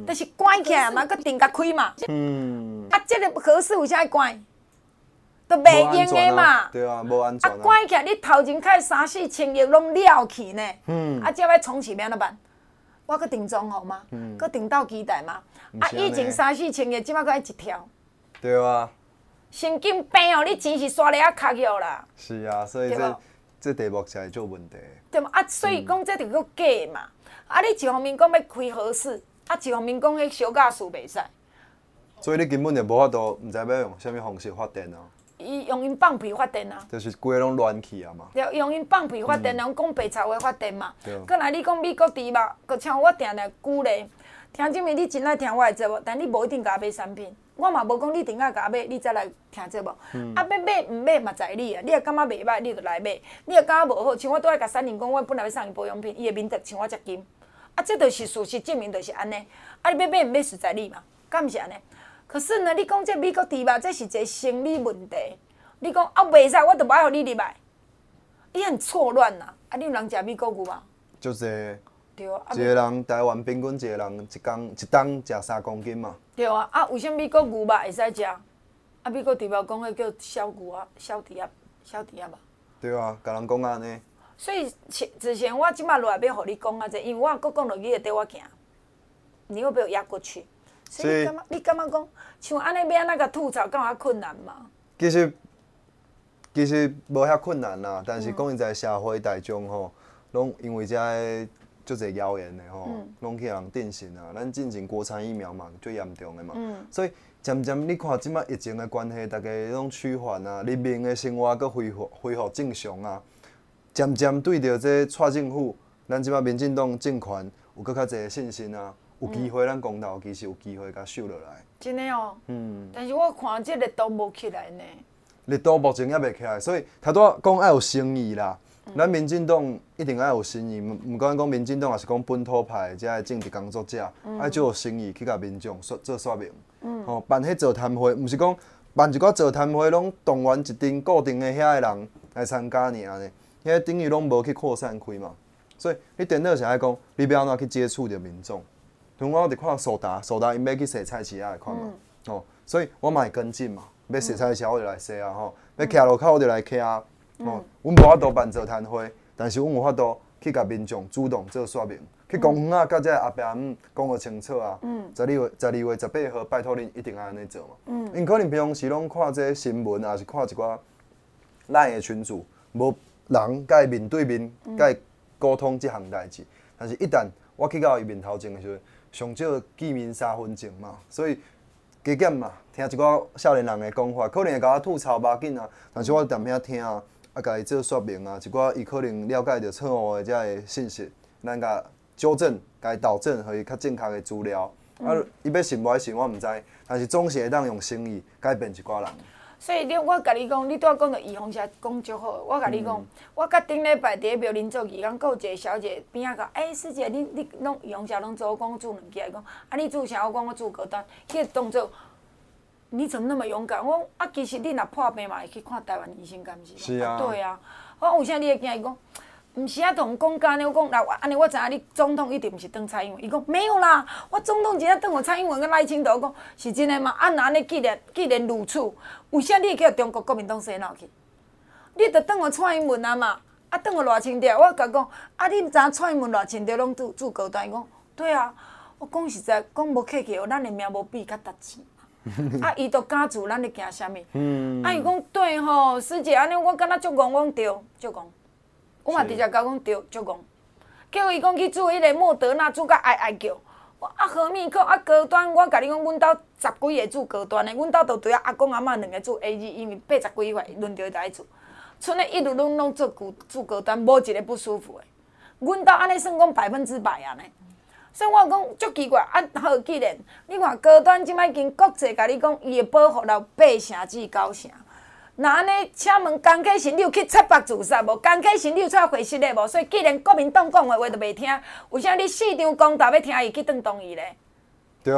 就是关起来嘛，佮定甲开嘛。 嗯， 啊，这个合适有啥会关？都袂用的嘛。 对啊，无安全啊，关起来，你头前开三四千亿拢了去呢。 嗯。 啊，接要重启要怎办？我佮定装好吗？嗯。佮定到基台嘛。啊，以前三四千亿，即摆佮爱一条。 对啊。 神经病哦！你钱是刷咧啊卡药啦。 是啊，所以这这题目才会做问题。 对嘛？啊，所以讲这着叫假嘛。啊，你一方面讲要开合适，啊，一方面讲迄小假数袂使。 所以你根本就无法度，毋知要用啥物方式发电啊。 伊用因放屁发电啊。 就是规个拢乱去啊嘛。 对，用因放屁发电，用讲白臭话发电嘛。 对。 过来你讲美国猪肉，佮像我定定鼓励，听证明你真爱听我的节目，但你无一定甲我买产品。我嘛无讲你定甲甲我买，你再来听节目。嗯、啊，要买毋买嘛在你啊！你若感觉袂歹，你就来买；你若感觉无好，像我拄仔甲三林讲，我本来要送伊保养品，伊的面值像我遮金。啊，这就是事实证明，就是安尼。啊，你要买毋买是在你嘛，敢毋是安尼？可是呢，你讲这美国猪肉，这是一个生理问题。你讲啊，袂使，我就无爱互你入来，伊很错乱呐。啊，你有人食美国牛吗？ 就这。 对啊。 一个人台湾平均一个人一工一当食三公斤嘛。 对啊，啊，为什么美国牛肉会使食？啊，美国猪肉讲迄叫小牛啊，小猪仔，小猪仔吧。 对啊，甲人讲安尼。 所以之前我即摆落来要互你讲啊者，因为我搁讲落去会缀我行，你会不会压过去？所以你感觉你感觉讲像安尼要安怎甲吐槽，敢有遐困难嘛？ 其实其实无遐困难啦，但是讲现在社会大众吼，拢因为遮个足侪谣言的吼，拢去人定性啊。咱进前国产疫苗嘛，最严重的嘛，所以渐渐你看即摆疫情的关系，大家拢趋缓啊，人民的生活搁恢复恢复正常啊。渐渐对着这蔡政府，咱即摆民进党政权有搁较侪信心啊，有机会咱公投其实有机会甲守落来。 真的哦。嗯。但是我看这力度无起来呢。 力度目前还袂起来，所以头拄讲爱有诚意啦。咱民进党一定爱有诚意，毋毋管讲民进党也是讲本土派遮个政治工作者，爱做有诚意去甲民众说做说明。嗯。吼，办迄座谈会，毋是讲办一寡座谈会，拢动员一定固定的遐个人来参加尔呢。遐等于拢无去扩散开嘛。所以你电脑是爱讲，你要安怎去接触着民众？像我伫看苏达，苏达因要去洗菜市啊来看嘛。哦，所以我嘛会跟进嘛。要洗菜市我就来洗啊吼，要徛路口我就来徛啊。哦，阮无法度办座谈会，但是阮有法度去甲民众主动做说明，去公园啊，甲这阿伯阿姆讲个清楚啊。嗯。十二月、十二月十八号，拜托恁一定爱安尼做嘛。嗯。因可能平常时拢看这新闻，也是看一寡咱的群主，无人甲伊面对面甲伊沟通即项代志。但是，一旦我去到伊面头前的时候，上少见面三分钟嘛，所以加减嘛，听一寡少年人的讲法，可能会甲我吐槽无紧啊，但是我踮遐听啊。啊，甲伊做说明啊，一寡伊可能了解着错误的遮个信息，咱甲纠正、甲伊导正，互伊较正确的资料。嗯、啊，伊要信无爱信我毋知，但是总是会当用诚意改变一寡人。 所以你我甲你讲，你拄仔讲着预防针讲足好。我甲你讲，嗯、我甲顶礼拜伫庙林做义工，佫有一个小姐边仔讲，哎、欸，师姐，你你拢预防针拢做，我讲我做两支，讲啊，你做啥？我讲我做高端，迄个动作。你怎么那么勇敢？我啊，其实你若破病嘛，会去看台湾医生，敢毋是？ 是啊。 对啊。我为啥你会惊？伊讲，毋是啊，同讲干呢。我讲，来，安尼我知影你总统一定毋是当蔡英文。伊讲没有啦，我总统真正当我蔡英文跟赖清德。我讲是真诶嘛？啊，那安尼既然既然如此，为啥你会叫中国国民党洗脑去？你着当我蔡英文啊嘛？啊，当我赖清德。我甲讲，啊，你知影蔡英文、赖清德拢住住高端？伊讲对啊。我讲实在，讲无客气，咱诶命无比较值钱。啊，伊都敢做，咱咧惊啥物？嗯、啊，伊讲对吼，师姐安尼，我敢若足戆，我讲对，足戆。我嘛直接甲讲对，足戆。叫伊讲去做迄个莫德纳，做甲哀哀叫。我啊，何米克啊，高端，我甲你讲，阮兜十几个做高端的，阮兜就对啊阿公阿嬷两个做 A G， 因为八十几岁轮流在做，剩诶一路拢拢做高做高端，无一个不舒服的。阮兜安尼算讲百分之百啊呢。所以我讲足奇怪，啊好，既然你看高端即摆经国际甲你讲，伊会保护到八成至九成。那安尼，请问江启臣，你有去插白自杀无？江启臣，你有出来回信的无？所以既然国民党讲的话都袂听，为啥你四张公投要听伊去当同意咧？ 对，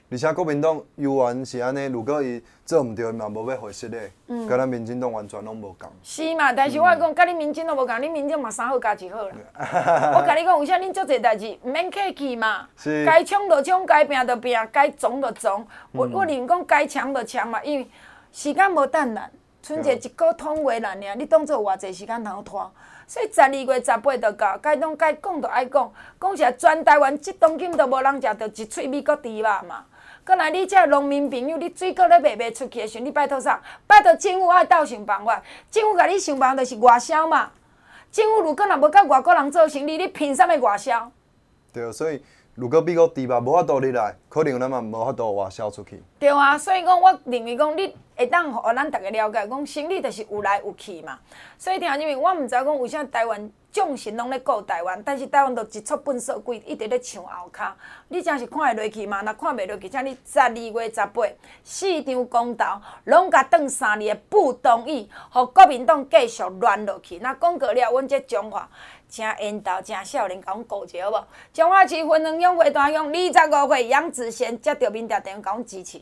而且国民党犹原是安尼，如果伊做毋对，嘛无要回实嘞，嗯，甲咱民进党完全拢无共。 是嘛？但是我讲，甲你民进党无共，你民进嘛三好加一好啦。我甲你讲，有啥恁足侪代志，毋免客气嘛。 是。 该冲就冲，该拼就拼，该总就总。我我认为讲该强就强嘛，因为时间无等咱，春节一个通话啦尔，你当做偌济时间通拖。所以十二月十八就到，该讲该讲就爱讲，讲实全台湾即当今都无人食到一喙美国猪肉嘛。过来，你这农民朋友，你水果咧卖卖出去的时候，你拜托啥？拜托政府爱斗想办法。政府甲你想办法，就是外销嘛。政府如果若无甲外国人做生意，你凭啥物外销？ 对，所以如果美国猪肉无法度入来，可能咱嘛无法度外销出去。 对啊，所以讲我认为讲，你会当互咱大家了解，讲生理就是有来有去嘛。所以听入面，我毋知讲为啥台湾众神拢咧顾台湾，但是台湾就一撮粪扫鬼，一直咧抢后骹。你真是看会落去嘛？若看袂落去，请你十二月十八四场公投，拢甲当三年的不同意，互国民党继续乱落去。那讲过了，阮这中华真缘投真少年，甲阮顾者好无？中华市分两乡会大乡二十五岁杨子贤接到民调电话，甲阮支持。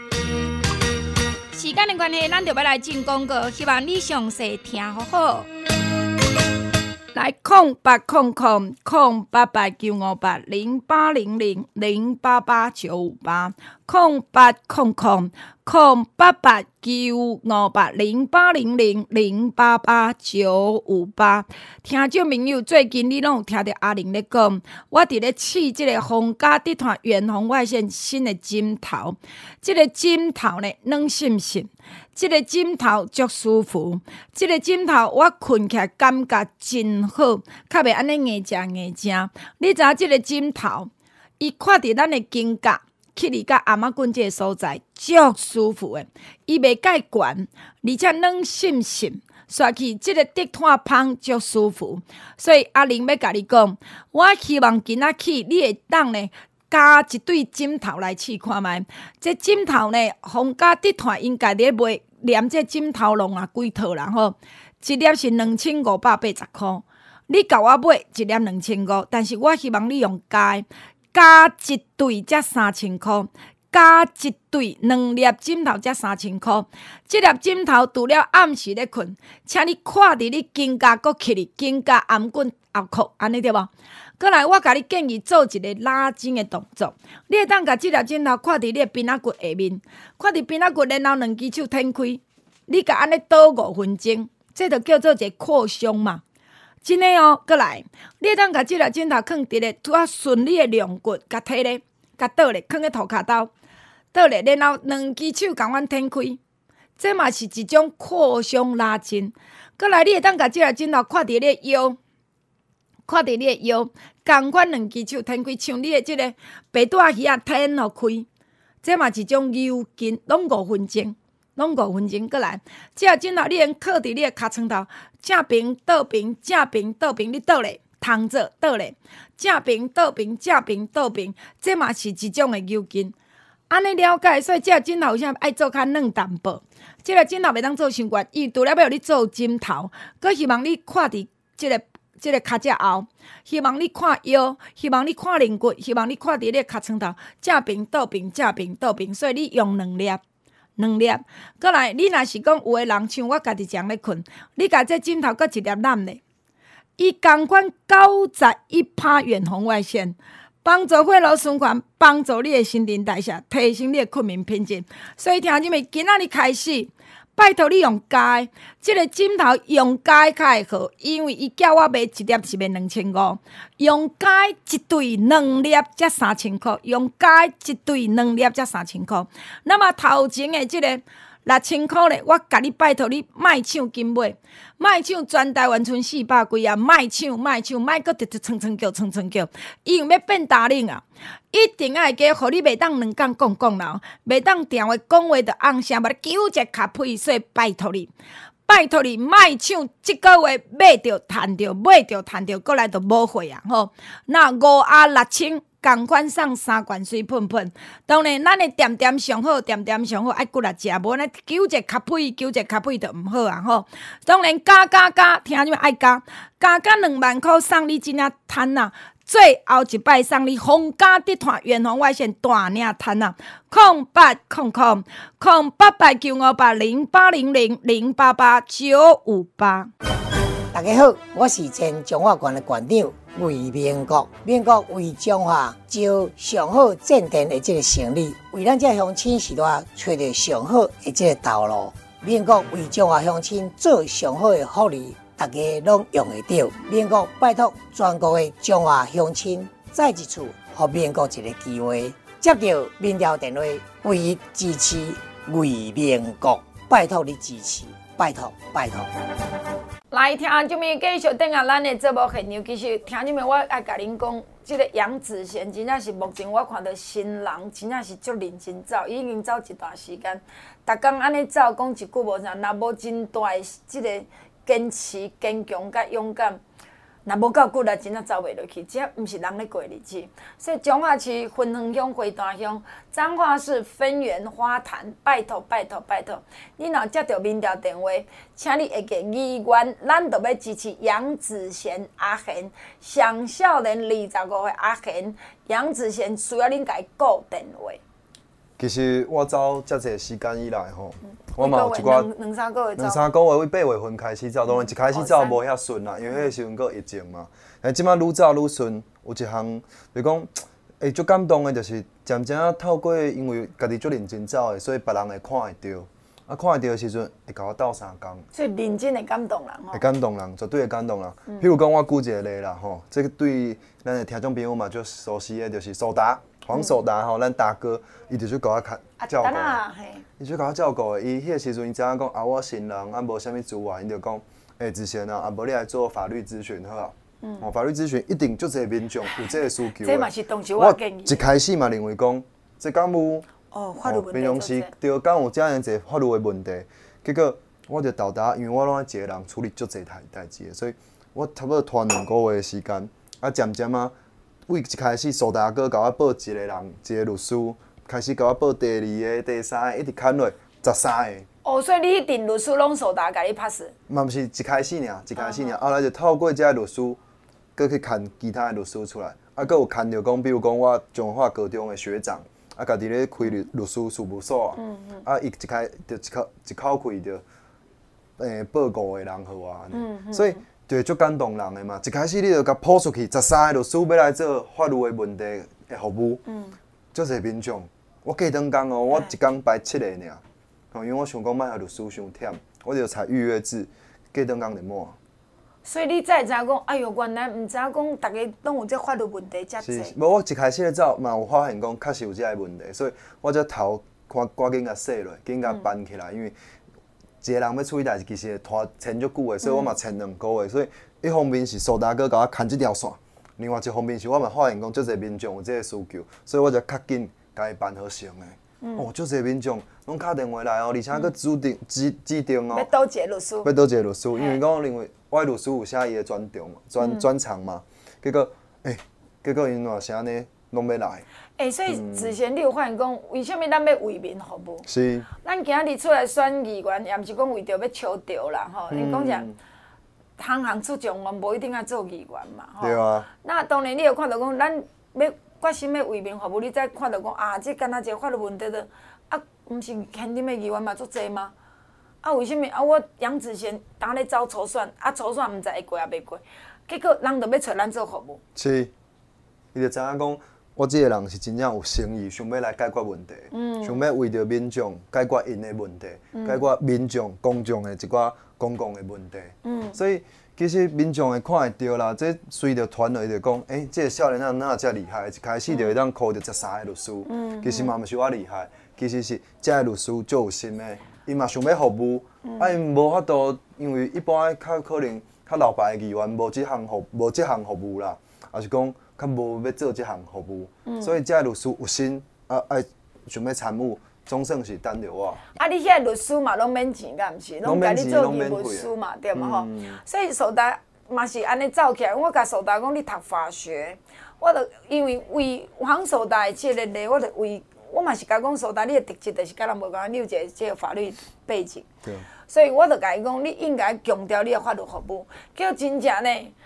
时间的关系，咱就要来进广告，希望你详细听好好。来，空八空空空八八九五八零八零零零八八九五八，空八空空空八八九五八零八零零零八八九五八。听众朋友，最近你拢有听到阿玲咧讲，我伫咧试即个皇家集团远红外线新的枕头，即、这个枕头呢，软信信。即个枕头足舒服，即个枕头我困起来感觉真好，较袂安尼硬正硬正。你知影即个枕头，伊看伫咱的颈胛，去伫甲阿妈棍即个所在，足舒服的。伊袂介悬，而且软信信，刷起即个竹炭芳足舒服。所以阿玲要甲你讲，我希望今仔起你会当呢。加一对枕头来试看卖，这枕头呢，皇家集团因家己咧卖，连这枕头笼啊几套啦吼，一粒是两千五百八十箍，你甲我买一粒两千五，但是我希望你用加加一对才三千箍，加一对两粒枕头才三千箍。这粒枕头除了暗时咧困，请你看伫你肩胛搁起哩，肩胛颔棍后壳，安尼对无？过来，我甲你建议做一个拉筋的动作。你会当甲即粒枕头看伫你的鼻仔骨下面，看伫鼻仔骨，然后两只手摊开，你甲安尼倒五分钟，这就叫做一个扩胸嘛。真诶哦，过来，你会当甲即粒枕头放伫咧拄啊顺你的龙骨，甲摕咧，甲倒咧，放咧涂骹兜，倒咧，然后两只手共阮摊开，这嘛是一种扩胸拉筋。过来，你会当甲即粒枕头看伫你的腰。看伫你的腰，共款两只手摊开，像你的即个白带鱼啊，摊互开，这嘛一种扭筋，拢五分钟，拢五分钟过来。即个枕头你用靠伫你的尻川头，正平倒平，正平倒平，你倒咧，通做倒咧，正平倒平，正平倒平，这嘛是一种的扭筋。安尼了解，所以即个枕头有啥爱做较软淡薄？即个枕头袂当做伤悬，伊除了要你做枕头，佮希望你看伫即个。即个脚趾后，希望你看腰，希望你看灵骨，希望你看伫你脚床头，正平倒平，正平倒平，所以你用两粒，两粒。过来，你若是讲有诶人像我家己这样咧困，你甲这枕头搁一粒揽咧，伊共款九十一趴远红外线，帮助血流循环，帮助你诶新陈代谢，提升你诶睡眠品质。所以听入面，今仔日开始。拜托你用加，即、这个枕头用加较会好，因为伊叫我买一粒是卖两千五，用加一对两粒才三千箍，用加一对两粒才三千箍。那么头前的即个六千箍咧，我甲你拜托你莫抢金买，莫抢全台湾剩四百几啊，莫抢莫抢，莫搁直直蹭蹭叫蹭蹭叫，因为要变大领啊！一定爱加，互你袂当两讲讲讲啦，袂当电话讲话就按声，把纠结卡屁，所以拜托你，拜托你，莫抢！即个月买着趁着，买着趁着，过来就无货啊！吼，那五啊六千，共款送三罐水喷喷。当然，咱的点点上好，点点上好，爱骨力食，无咱纠结卡屁，纠结卡屁就毋好啊！吼，当然加加加，听你们爱加，加加两万箍送你真正趁啊！ 最后一摆送你皇家集团远红外线大领摊啊，空八空空空八八九五八零八零零零八八九五八。 大家好，我是前中华县的县长魏明国。民国为中华招上好建店的这个成立，为咱这乡亲时代找到上好的这个道路。民国为中华乡亲做上好的福利，大家拢用得到。民国拜托全国的中华乡亲，再一次给民国一个机会，接到民调电话，唯一支持魏明国，拜托你支持，拜托拜托。 来听这边继续等下咱的节目现场，其实听这边我爱甲恁讲，这个杨子贤真正是目前我看到新人，真正是足认真走，已经走一段时间，逐工安尼走，讲一句无啥，若无真大的这个坚持、坚强甲勇敢。若无够骨力，真正走袂落去，这毋是人咧过日子。所以彰化市分园乡、花坛乡、彰化市分园花坛，拜托拜托拜托！你若接到民调电话，请你会记议员，咱就要支持杨子贤阿贤，上少年二十五岁阿贤，杨子贤需要恁家顾电话。 其实我走遮济时间以来吼，我嘛有一寡两两三个月走， 两三个月，为八月份开始走，当然一开始走无遐顺啦，因为迄个时阵搁疫情嘛。但即摆愈走愈顺，有一项就讲，会足感动的，就是渐渐啊透过因为家己足认真走的，所以别人会看会到。啊，看会到的时阵会甲我斗相共。 所以认真的感动人吼。 会感动人，绝对会感动人。譬如讲，我举一个例啦吼，这个对咱的听众朋友嘛足熟悉的，就是苏达。黄守达吼，咱大哥，伊就去甲我看照顾，伊就甲我照顾的。伊迄个时阵，伊知影讲啊，我新人啊，无啥物资源，伊就讲，诶、欸，之前啊，啊，无你来做法律咨询好啊。嗯。哦，法律咨询一定足侪民众有这个需求。 这嘛是当时我建议。 我一开始嘛认为讲，这敢有哦法律问题。 平常时对敢有这样侪法律的问题，结果我就到达，因为我拢一个人处理足侪代代志的，所以我差不多拖两个月的时间，啊，渐渐啊。为一开始苏大哥甲我报一个人，一个律师，开始甲我报第二个、第三个，一直砍落十三个。 哦，所以你迄阵律师拢苏大甲你拍死？ 嘛毋是一开始尔，一开始尔，后来就透过这个律师，搁去砍其他的律师出来，啊，搁有砍着讲，比如讲我彰化高中的学长，啊，家己咧开律律师事务所啊，嗯嗯啊，伊一开就一口一口开着，诶，报五个人互我安尼，嗯嗯所以。就足感动人的嘛！一开始你就甲抛出去，十三个律师要来做法律的问题的服务，嗯，足侪民众。我过两工哦，我一工排七个尔，哦，因为我想讲，莫互律师伤忝，我就采预约制，过两工就满。 所以你才会知影讲，哎哟，原来毋知影讲，大家拢有这法律问题遮济。 是，无我一开始咧走嘛，有发现讲，确实有这个问题，所以我才头赶赶紧甲洗落，紧甲办起来，因为。一个人要处理代志，其实会拖牵足久的，所以我嘛牵两个月。所以一方面是苏大哥甲我牵这条线，另外一方面是我嘛发现讲，足侪民众有这个需求，所以我就较紧甲伊办好成的。嗯、哦，足侪民众拢打电话来哦，而且佫指定指指定哦。 要倒一个律师。 要倒一个律师，因为讲认为我律师有写伊的专长嘛，专专长嘛。结果，诶、欸，结果因偌是安尼，拢要来。 诶、欸，所以之前你有发现讲，为什么咱要为民服务？ 是。 咱今日出来选议员，也毋是讲为着要求着啦，吼。你讲啥？行行出状元，无一定要做议员嘛，吼。 对啊。 那当然，你有看到讲，咱要决心要为民服务，你才看到讲啊，这干那一个法律问题的，啊，毋是现任的议员嘛足济吗？啊，为什么啊？我杨子贤当咧走初选，啊，初选毋知会过也袂过，结果人就要找咱做服务。 是。伊就知影讲。我即个人是真正有诚意，想要来解决问题，嗯、想要为着民众解决因的问题，嗯、解决民众公众的一寡公共的问题。嗯、所以其实民众会看会到啦，这随着传落就讲，诶、欸，这个少年仔哪遮厉害？一开始就会当考着十三个律师，嗯、其实嘛毋是我厉害，其实是这个律师足有心的，伊嘛想要服务，嗯、啊，伊无法度，因为一般较可能较老牌的议员无即项服无即项服务啦，也是讲。较无要做即项服务，嗯、所以这律师有心啊，爱想要参与，总算是等着我。 啊，你遐律师嘛，拢免钱，敢毋是？拢甲你做义务师嘛，对嘛吼？嗯、所以苏达嘛是安尼走起来。我甲苏达讲，你读法学，我著因为为黄苏达的即个例，我著为我嘛是甲讲苏达，你的特质就是甲人无共，你有一个即个法律背景。对。所以我著甲伊讲，你应该强调你的法律服务，叫真正呢。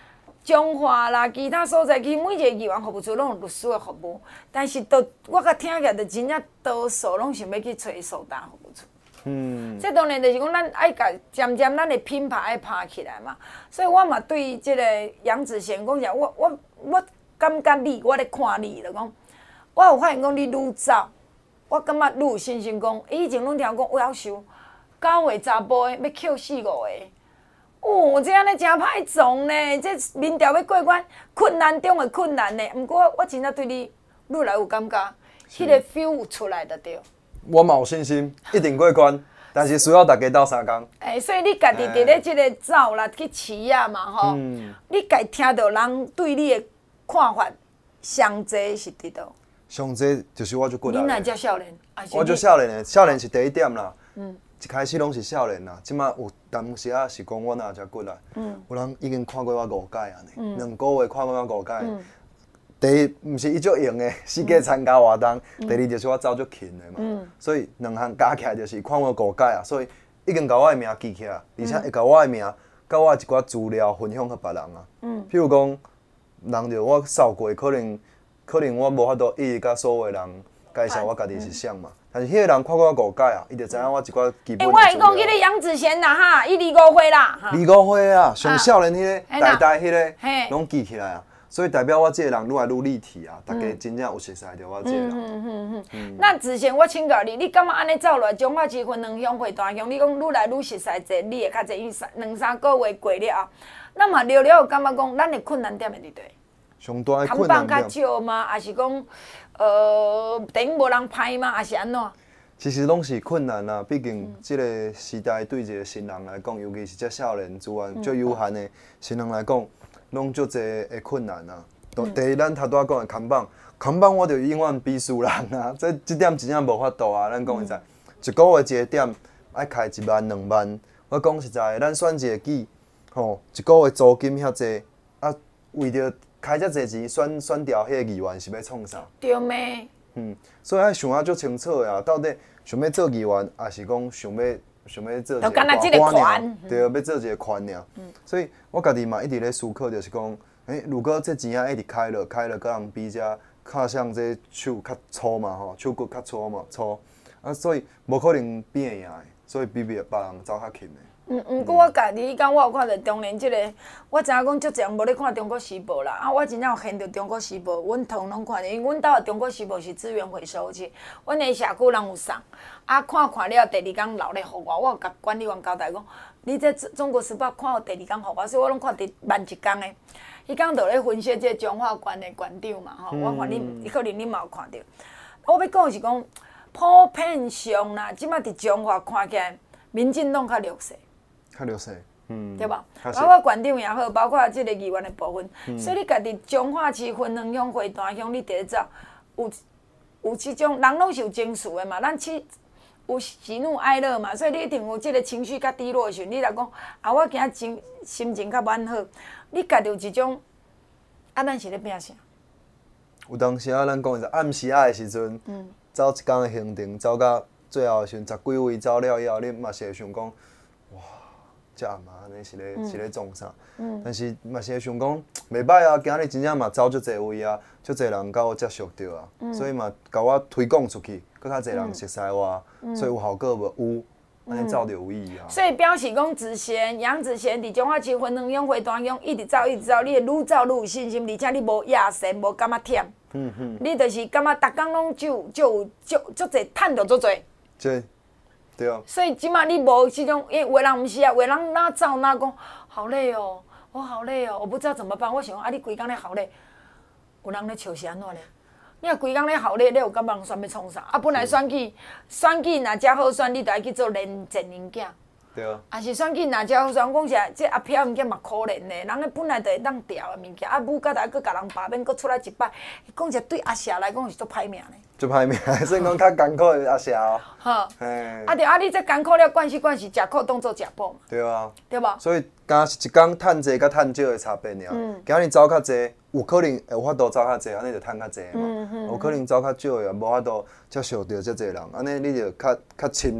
中华啦，其他所在，其每一个议员服务处拢有律师的服务，但是都我甲听起来，就真正多数拢想要去找苏达服务处。嗯，这当然就是讲，咱爱甲渐渐咱的品牌爱拍起来嘛。所以我嘛对即个杨子贤讲下，我我我感觉你，我咧看你，就讲我有发现讲你愈走，我感觉愈有信心讲，以前拢听讲我要收九个查甫的要扣四五个。哦，这安尼真歹撞呢！这民调要过关，困难中的困难呢。毋过我真正对你愈来有感觉，迄、那个 feel 有出来就对。 我嘛有信心，一定过关，但是需要大家斗相共。 诶、欸，所以你家己伫咧即个走啦，去市啊嘛吼，嗯、你家听到人对你的看法上济是伫倒？ 上济就是我就过来。 你哪只少年？ 我就少年的，少年是第一点啦。嗯。一开始拢是少年啦，即马有当时啊是讲我哪才过来，嗯、有人已经看过我五届安尼，两、嗯、个月看过我五届。嗯、第一，毋是伊足用的，四界参加活动；嗯、第二，就是我走足勤的嘛，嗯、所以两项加起来就是看我五届啊，所以已经甲我的名记起来，而且会甲我的名、甲我一寡资料分享给别人啊。嗯、譬如讲，人着我扫过，可能可能我无法度一直甲所有人介绍我家己是啥嘛。但是迄个人看过我五届啊，伊就知影我一寡基本的资料。欸， 我会讲迄个杨子贤啦哈，伊二五岁啦。 二五岁啊，上少年迄个、呆呆迄个，拢记起来啊。所以代表我这个人愈来愈立体啊，大家真正有熟悉着我这个人。嗯嗯嗯。那子贤，我请教你，你感觉安尼走落来，彰化市分两乡会大乡，你讲愈来愈熟悉者，你会较侪，因为三两三个月过了后，那么了了有感觉讲，咱的困难点会伫倒？ 上大的困难点。 看较少吗？还是讲？呃，等于无人拍吗？还是安怎？ 其实拢是困难啦，毕竟即个时代对一个新人来讲，尤其是这少年资源最有限的新人来讲，拢足侪的困难啊。嗯、第一，咱头拄仔讲的扛棒，扛棒我就永远比输人啊。这这点真正无法度啊。咱讲会知，嗯、一个月一个点爱开一万两万。我讲实在，咱选一个季，吼，一个月租金遐济，啊，为着开遮济钱，选选调迄个议员是要创啥？ 对咩？ 嗯，所以爱想啊足清楚啊，到底想要做议员，还是讲想要想要做一个大官尔？对，要做一个官尔。嗯，所以我家己嘛一直咧思考，就是讲，诶、欸，如果这钱啊一直开了，开了，甲人比遮较像这手较粗嘛吼，手骨较粗嘛粗，啊，所以无可能比会赢的，所以比别别人走较勤的。 嗯，毋过我家己讲，我有看到中年即、这个，我知影讲足侪人无咧看《中国时报》啦。啊，我真正有见到《中国时报》，阮同拢看，因为阮兜的《中国时报》是资源回收器，阮的社区人有送，啊，看看了第二天留咧互我，我有甲管理员交代讲，你这《中国时报》看有第二天互我，所以我拢看第慢一天的。伊讲就咧分析即个彰化县的县长嘛，吼、嗯，我看你，可能你嘛有看到。我要讲的是讲，普遍上啦，即摆伫彰化看起来，民进党较弱势。 较弱势，嗯， 对吧？包括县长也好，包括即个议员的部分，嗯、所以你家己彰化市分两乡、回大乡，你第一走，有有即种人拢是有情绪的嘛，咱去有喜怒哀乐嘛，所以你一定有即个情绪较低落的时阵，你来讲啊，我今仔情心情较蛮好，你家己有一种啊，咱是咧拼啥？ 有当时啊，咱讲是暗时啊的时阵，嗯、走一工的行程，走到最后的时阵，十几位走了以后，你嘛是会想讲。遮暗嘛，安尼是咧、嗯、是咧创啥？嗯、但是嘛是会想讲，袂歹啊！今日真正嘛走足侪位啊，足侪人甲我接触到啊，嗯、所以嘛甲我推广出去，搁较侪人熟悉我，嗯、所以有效果无？有，安尼走就有意义啊。 所以表示讲，子贤、杨子贤伫彰化市分两乡、回大乡，一直走，一直走，你会愈走愈有信心，而且你无野神，无感觉忝。嗯嗯。你就是感觉逐工拢就就有足足侪趁着足侪。 对。对啊， 所以即马你无即种，因为有的人毋是啊，有的人哪走哪讲，好累哦，我好累哦，我不知道怎么办。我想讲啊，你规工咧好累，有人咧笑是安怎咧？你若规工咧好累，你有感觉人选要创啥？啊，本来选举选举若遮好选，你就爱去做连前人囝。 对啊。 啊是选举若遮好选，讲实，这阿飘物件嘛可怜咧，人咧本来就会当调的物件，啊母甲来佫甲人罢免，佫出来一摆，讲实对阿霞来讲是足歹命咧。 足歹命，所以讲较艰苦的阿霞哦。 好。嘿。啊对啊，你这艰苦了，惯势惯势，食苦当做食补嘛。 对啊。 对无？ 所以，敢是一工趁济甲趁少的差别尔。嗯。今日走较济，有可能有法度走较济，安尼就趁较济嘛。嗯嗯。有可能走较少的，无法度接受到遮济人，安尼你就较较深入，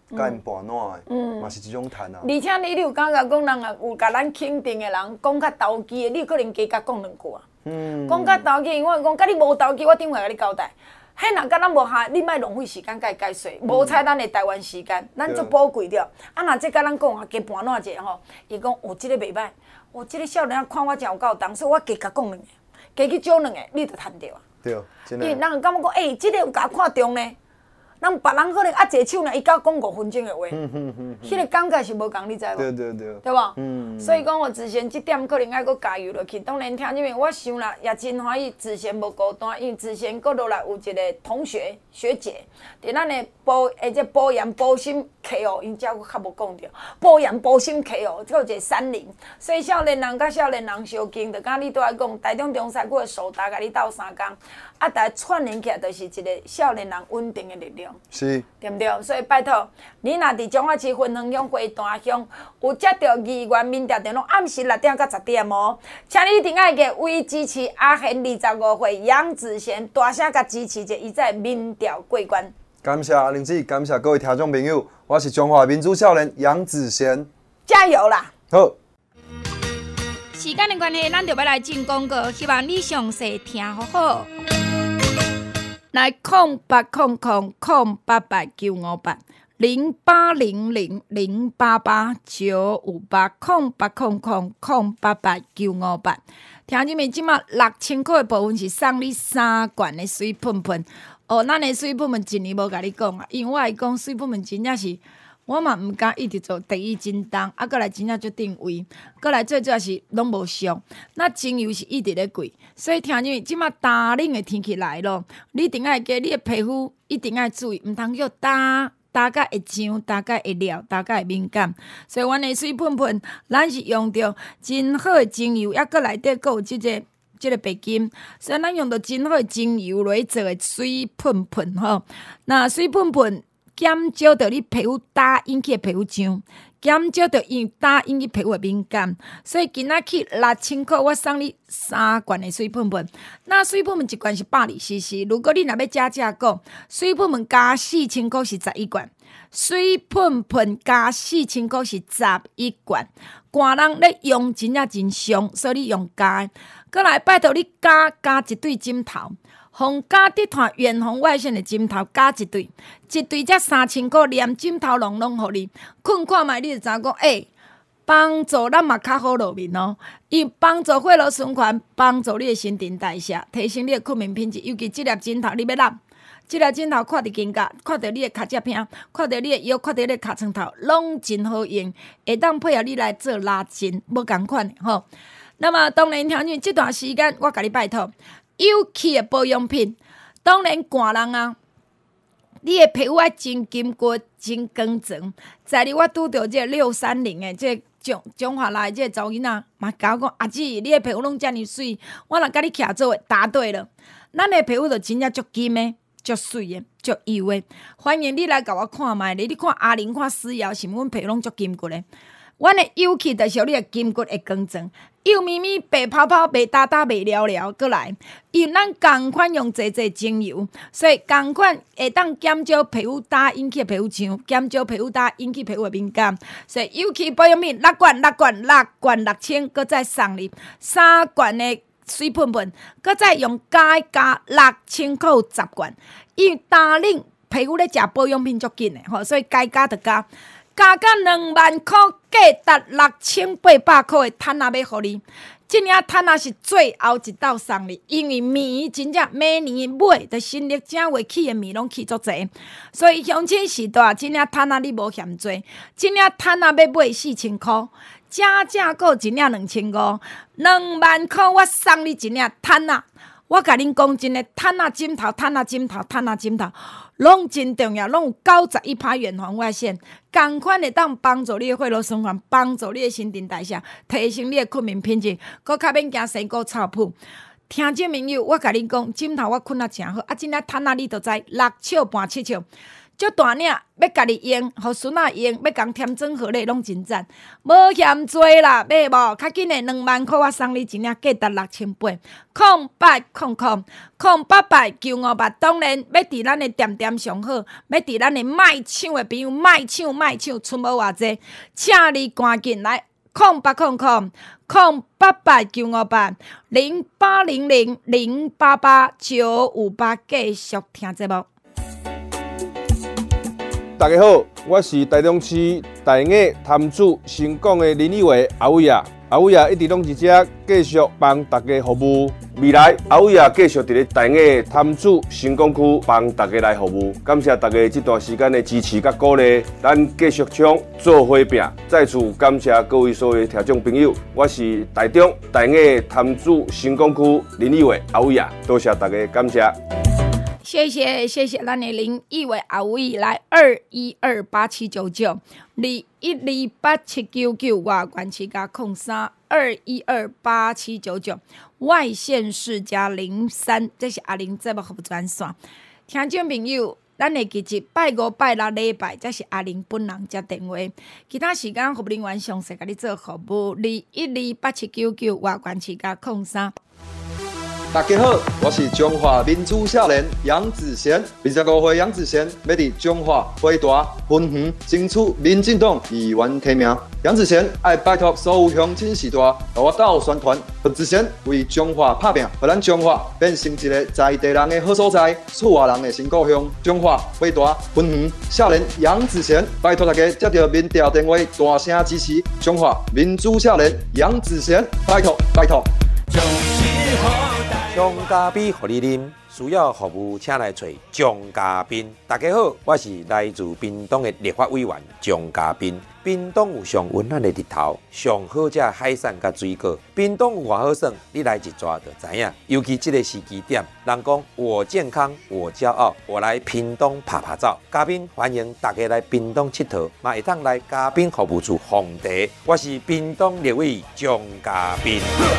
甲因拌烂的，嗯，嘛是一种趁啊。 而且你你有感觉讲人啊，有甲咱肯定的人讲较投机的，你可能加甲讲两句啊。嗯。讲较投机，我讲甲你无投机，我顶回甲你交代。迄若甲咱无下，你莫浪费时间甲伊解说，无采咱的台湾时间，咱足宝贵着。啊，若这甲咱讲啊，加拌烂者吼，伊讲哦，即个袂歹，哦，即个少年仔看我真有够重，所以我加甲讲两个，加去少两个，你就趁着啊。 对，真诶。 因为人感觉讲，诶，即个有甲看中呢。咱别人可能啊，一手呢，伊甲讲五分钟的话，迄个感觉是无共，你知无？ 对对对， 对无？嗯。所以讲，我之前即点可能爱搁加油落去。当然，听入面我想啦，也真欢喜，之前无孤单，因为之前搁落来有一个同学学姐，伫咱的保，诶，即保养保心课哦，因遮我较无讲着，保养保心课哦，还有一个三零，所以少年人甲少年人相近，就甲你拄仔讲，台中中山我的手搭甲你斗三工，啊，大家串联起来，就是一个少年人稳定的力量。 是， 对不对？所以拜托，你若伫中华市分园乡、花坛乡有接到议员民调电话，暗时六点到十点哦，请你一定要给为支持阿贤二十五岁杨子贤，大声甲支持者，伊在民调过关。 感谢阿玲姐，感谢各位听众朋友，我是中华民主少年杨子贤， 加油啦！ 好。 时间的关系，咱就要来进广告，希望你详细听好好。来空八空空空八八九五八零八零零零八八九五八空八空空空八八九五八。听入面即马六千块的部分是送你三罐的水喷喷。哦，咱的水喷喷一年无甲你讲啊，因为我来讲水喷喷真正是。我嘛毋敢一直做第一真重，啊，过来真正足定位，过来最主要是拢无俗。那精油是一直咧贵，所以听入即马打冷的天气来咯，你一定要加你的皮肤一定要注意，毋通叫打打甲会痒，打甲会撩，打甲会敏感。所以阮的水喷喷，咱是用着真好的精油，抑过内底佫有即、这个。即个白金，所以咱用着真好的精油来做的水喷喷吼。那水喷喷。减少着你皮肤打引起的皮肤痒，减少着因打引起皮肤的敏感，所以今仔去六千块，我送你三罐的水喷喷。那水喷喷一罐是百二 C C， 如果你若要加价购，水喷喷加四千块是十一罐，水喷喷加四千块是十一罐。寒人咧用真正真伤，所以你用加。过来拜托你加加一对枕头。防假滴团远红外线的枕头加一对，一对才三千块，连枕头拢拢互你。困看卖，你就知影讲，诶，帮助咱嘛较好落眠哦。伊帮助血流循环，帮助你的新陈代谢，提升你的睡眠品质。尤其这粒枕头，你要揽，这粒枕头看伫肩胛，看到你的脚趾片，看到你的腰，看到你的脚床头，拢真好用，会当配合你来做拉筋，无共款的吼。那么当然，听见这段时间，我甲你拜托。有气的保养品，当然寒人啊，你的皮肤要真紧骨、真光泽。在哩我拄到这六三零的这中中华来这查某囡仔，嘛甲我讲阿姊，你的皮肤拢遮尔水，我若甲你徛做伙，答对了。咱的皮肤就真正足金的、足水的、足油的。欢迎你来甲我看卖咧，你看阿玲、看思瑶，是毋阮皮肤拢足金骨的。阮的油气就是你的筋骨会光泽，幼咪咪、白泡泡、白哒哒、白了了，过来，因咱同款用济济精油，所以同款会当减少皮肤打引起皮肤痒，减少皮肤打引起皮肤的敏感。所以油气保养品六罐、六罐、六罐六千，搁再送你三罐的水喷喷，搁再用加加六千块十罐。因为打冷皮肤咧食保养品足紧的吼，所以该加就加。加到两万块，价值六千八百块的摊仔要互你。这领摊仔是最后一道送你，因为棉真正每年买的新历正月起的棉拢起足济，所以乡亲时代这领摊仔你无嫌多，这领摊仔要买四千块，加价购一领两千五，两万块我送你一领摊仔。我甲恁讲真诶，摊仔枕头、摊仔枕头、摊仔枕头，拢真重要，拢有九十一趴远红外线，同款会当帮助你诶血流循环，帮助你诶新陈代谢，提升你诶睡眠品质，搁较免惊生骨臭噗。听众朋友，我甲恁讲，枕头我困啊诚好，啊，真正摊仔你就知六笑半七笑。 足大领要家己用，互孙仔用，要共添装好咧，拢真赞，无嫌多啦，买无？较紧诶，两万块我送你一领，价值六千八，空八空空空八百九五八。当然，要伫咱诶店店上好，要伫咱诶卖抢诶朋友卖抢卖抢，剩无偌济，请你赶紧来。空八空空空八八九五八零八零零零八八九五八，继续听节目。 大家好，我是台中市大雅潭子成功的林立伟阿伟啊，阿伟啊一直拢是遮继续帮大家服务。未来阿伟啊继续伫咧大雅潭子成功区帮大家来服务，感谢大家这段时间的支持甲鼓励，咱继续冲做伙拼。再次感谢各位所有听众朋友，我是台中大雅潭子成功区林立伟阿伟啊，多谢大家，感谢。 谢谢谢谢，咱的林义伟阿伟来二一二八七九九二一二八七九九外关七加空三二一二八七九九外县市加零三，这是阿玲节目服务专线。听众朋友，咱的日子拜五拜六礼拜，这是阿玲本人接电话，其他时间服务人员详细甲你做服务。二一二八七九九外关七加空三。 大家好，我是中华民主少年杨子贤，二十五岁杨子贤要伫中华花大分园争取民进党议员提名。杨子贤爱拜托所有乡亲时代，和我斗宣传，杨子贤为中华打拼，让咱中华变成一个在地人的好所在，厝外人的新故乡。中华花大分园少年杨子贤，拜托大家接到民调电话，大声支持中华民主少年杨子贤，拜托拜托。 张嘉宾互你啉，需要服务请来找张嘉宾。大家好，我是来自屏东的立法委员张嘉宾。屏东有上温暖的日头，上好食海产甲水果。屏东有偌好耍，你来一抓就知影。尤其这个时机点，人讲我健康我骄傲，我来屏东拍拍照。嘉宾欢迎大家来屏东佚佗，嘛会当来嘉宾服务处奉茶。我是屏东立委张嘉宾。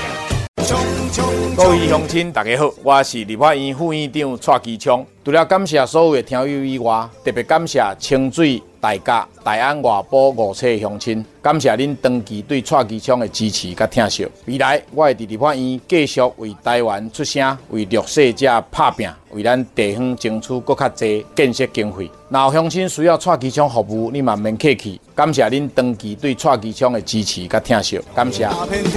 各位乡亲，大家好，我是立法院副院长蔡其昌。除了感谢所有的听友以外，特别感谢清水、大甲、大安、外埔五处的乡亲，感谢恁长期对蔡其昌的支持甲疼惜。未来我会伫立法院继续为台湾出声，为弱势者拍拼，为咱地方争取更较侪建设经费。若有乡亲需要蔡其昌服务，你嘛免客气。感谢恁长期对蔡其昌的支持甲疼惜，感谢。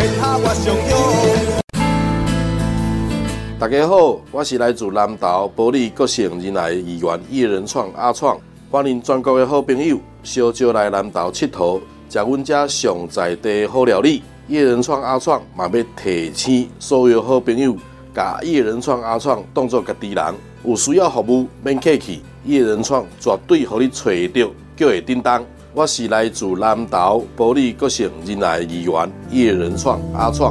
大家好，我是来自南投保利国姓仁爱议员叶仁创阿创，欢迎全国的好朋友小招来南投佚佗，食阮遮上在地好料理。叶仁创阿创嘛要提醒所有好朋友，甲叶仁创阿创当作家己人，有需要服务免客气，叶仁创绝对互你找到，叫会叮当。我是来自南投保利国姓仁爱议员叶仁创阿创。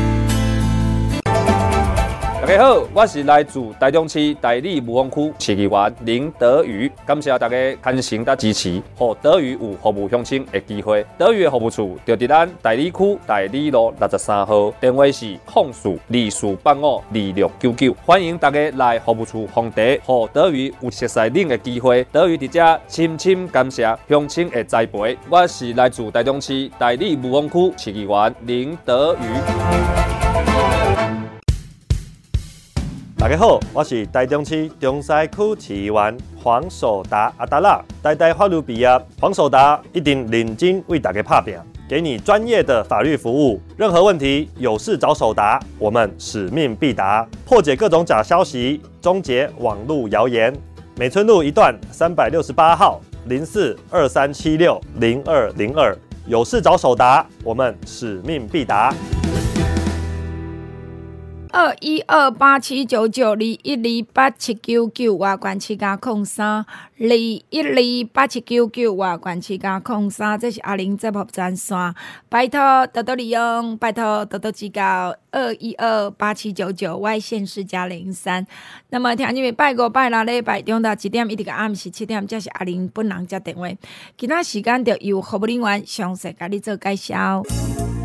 大家好，我是来自台中市大里武丰区市议员林德瑜，感谢大家牵诚甲支持，让德瑜有服务乡亲的机会。德瑜的服务处就伫咱大里区大里路六十三号，电话是零四二四八五二六九九，欢迎大家来服务处访茶，让德瑜有熟悉恁的机会。德瑜伫遮深深感谢乡亲的栽培。我是来自台中市大里武丰区市议员林德瑜。 大家好，我是台中市中西区市议员黄守达阿达拉，台大法律毕业，黄守达一定认真为大家拍拼，给你专业的法律服务。任何问题有事找守达，我们使命必达，破解各种假消息，终结网络谣言。美村路一段三百六十八号零四二三七六零二零二，有事找守达，我们使命必达。 二一二八七九九二一二八七九九外关七加空三二一二八七九九外关七加空三，这是阿玲节目专线，拜托多多利用，拜托多多指教。二一二八七九九外县市加零三。那么听日拜五拜六礼拜中到一点，一直到暗时七点，这是阿玲本人接电话。其他时间就由服务人员详细甲你做介绍。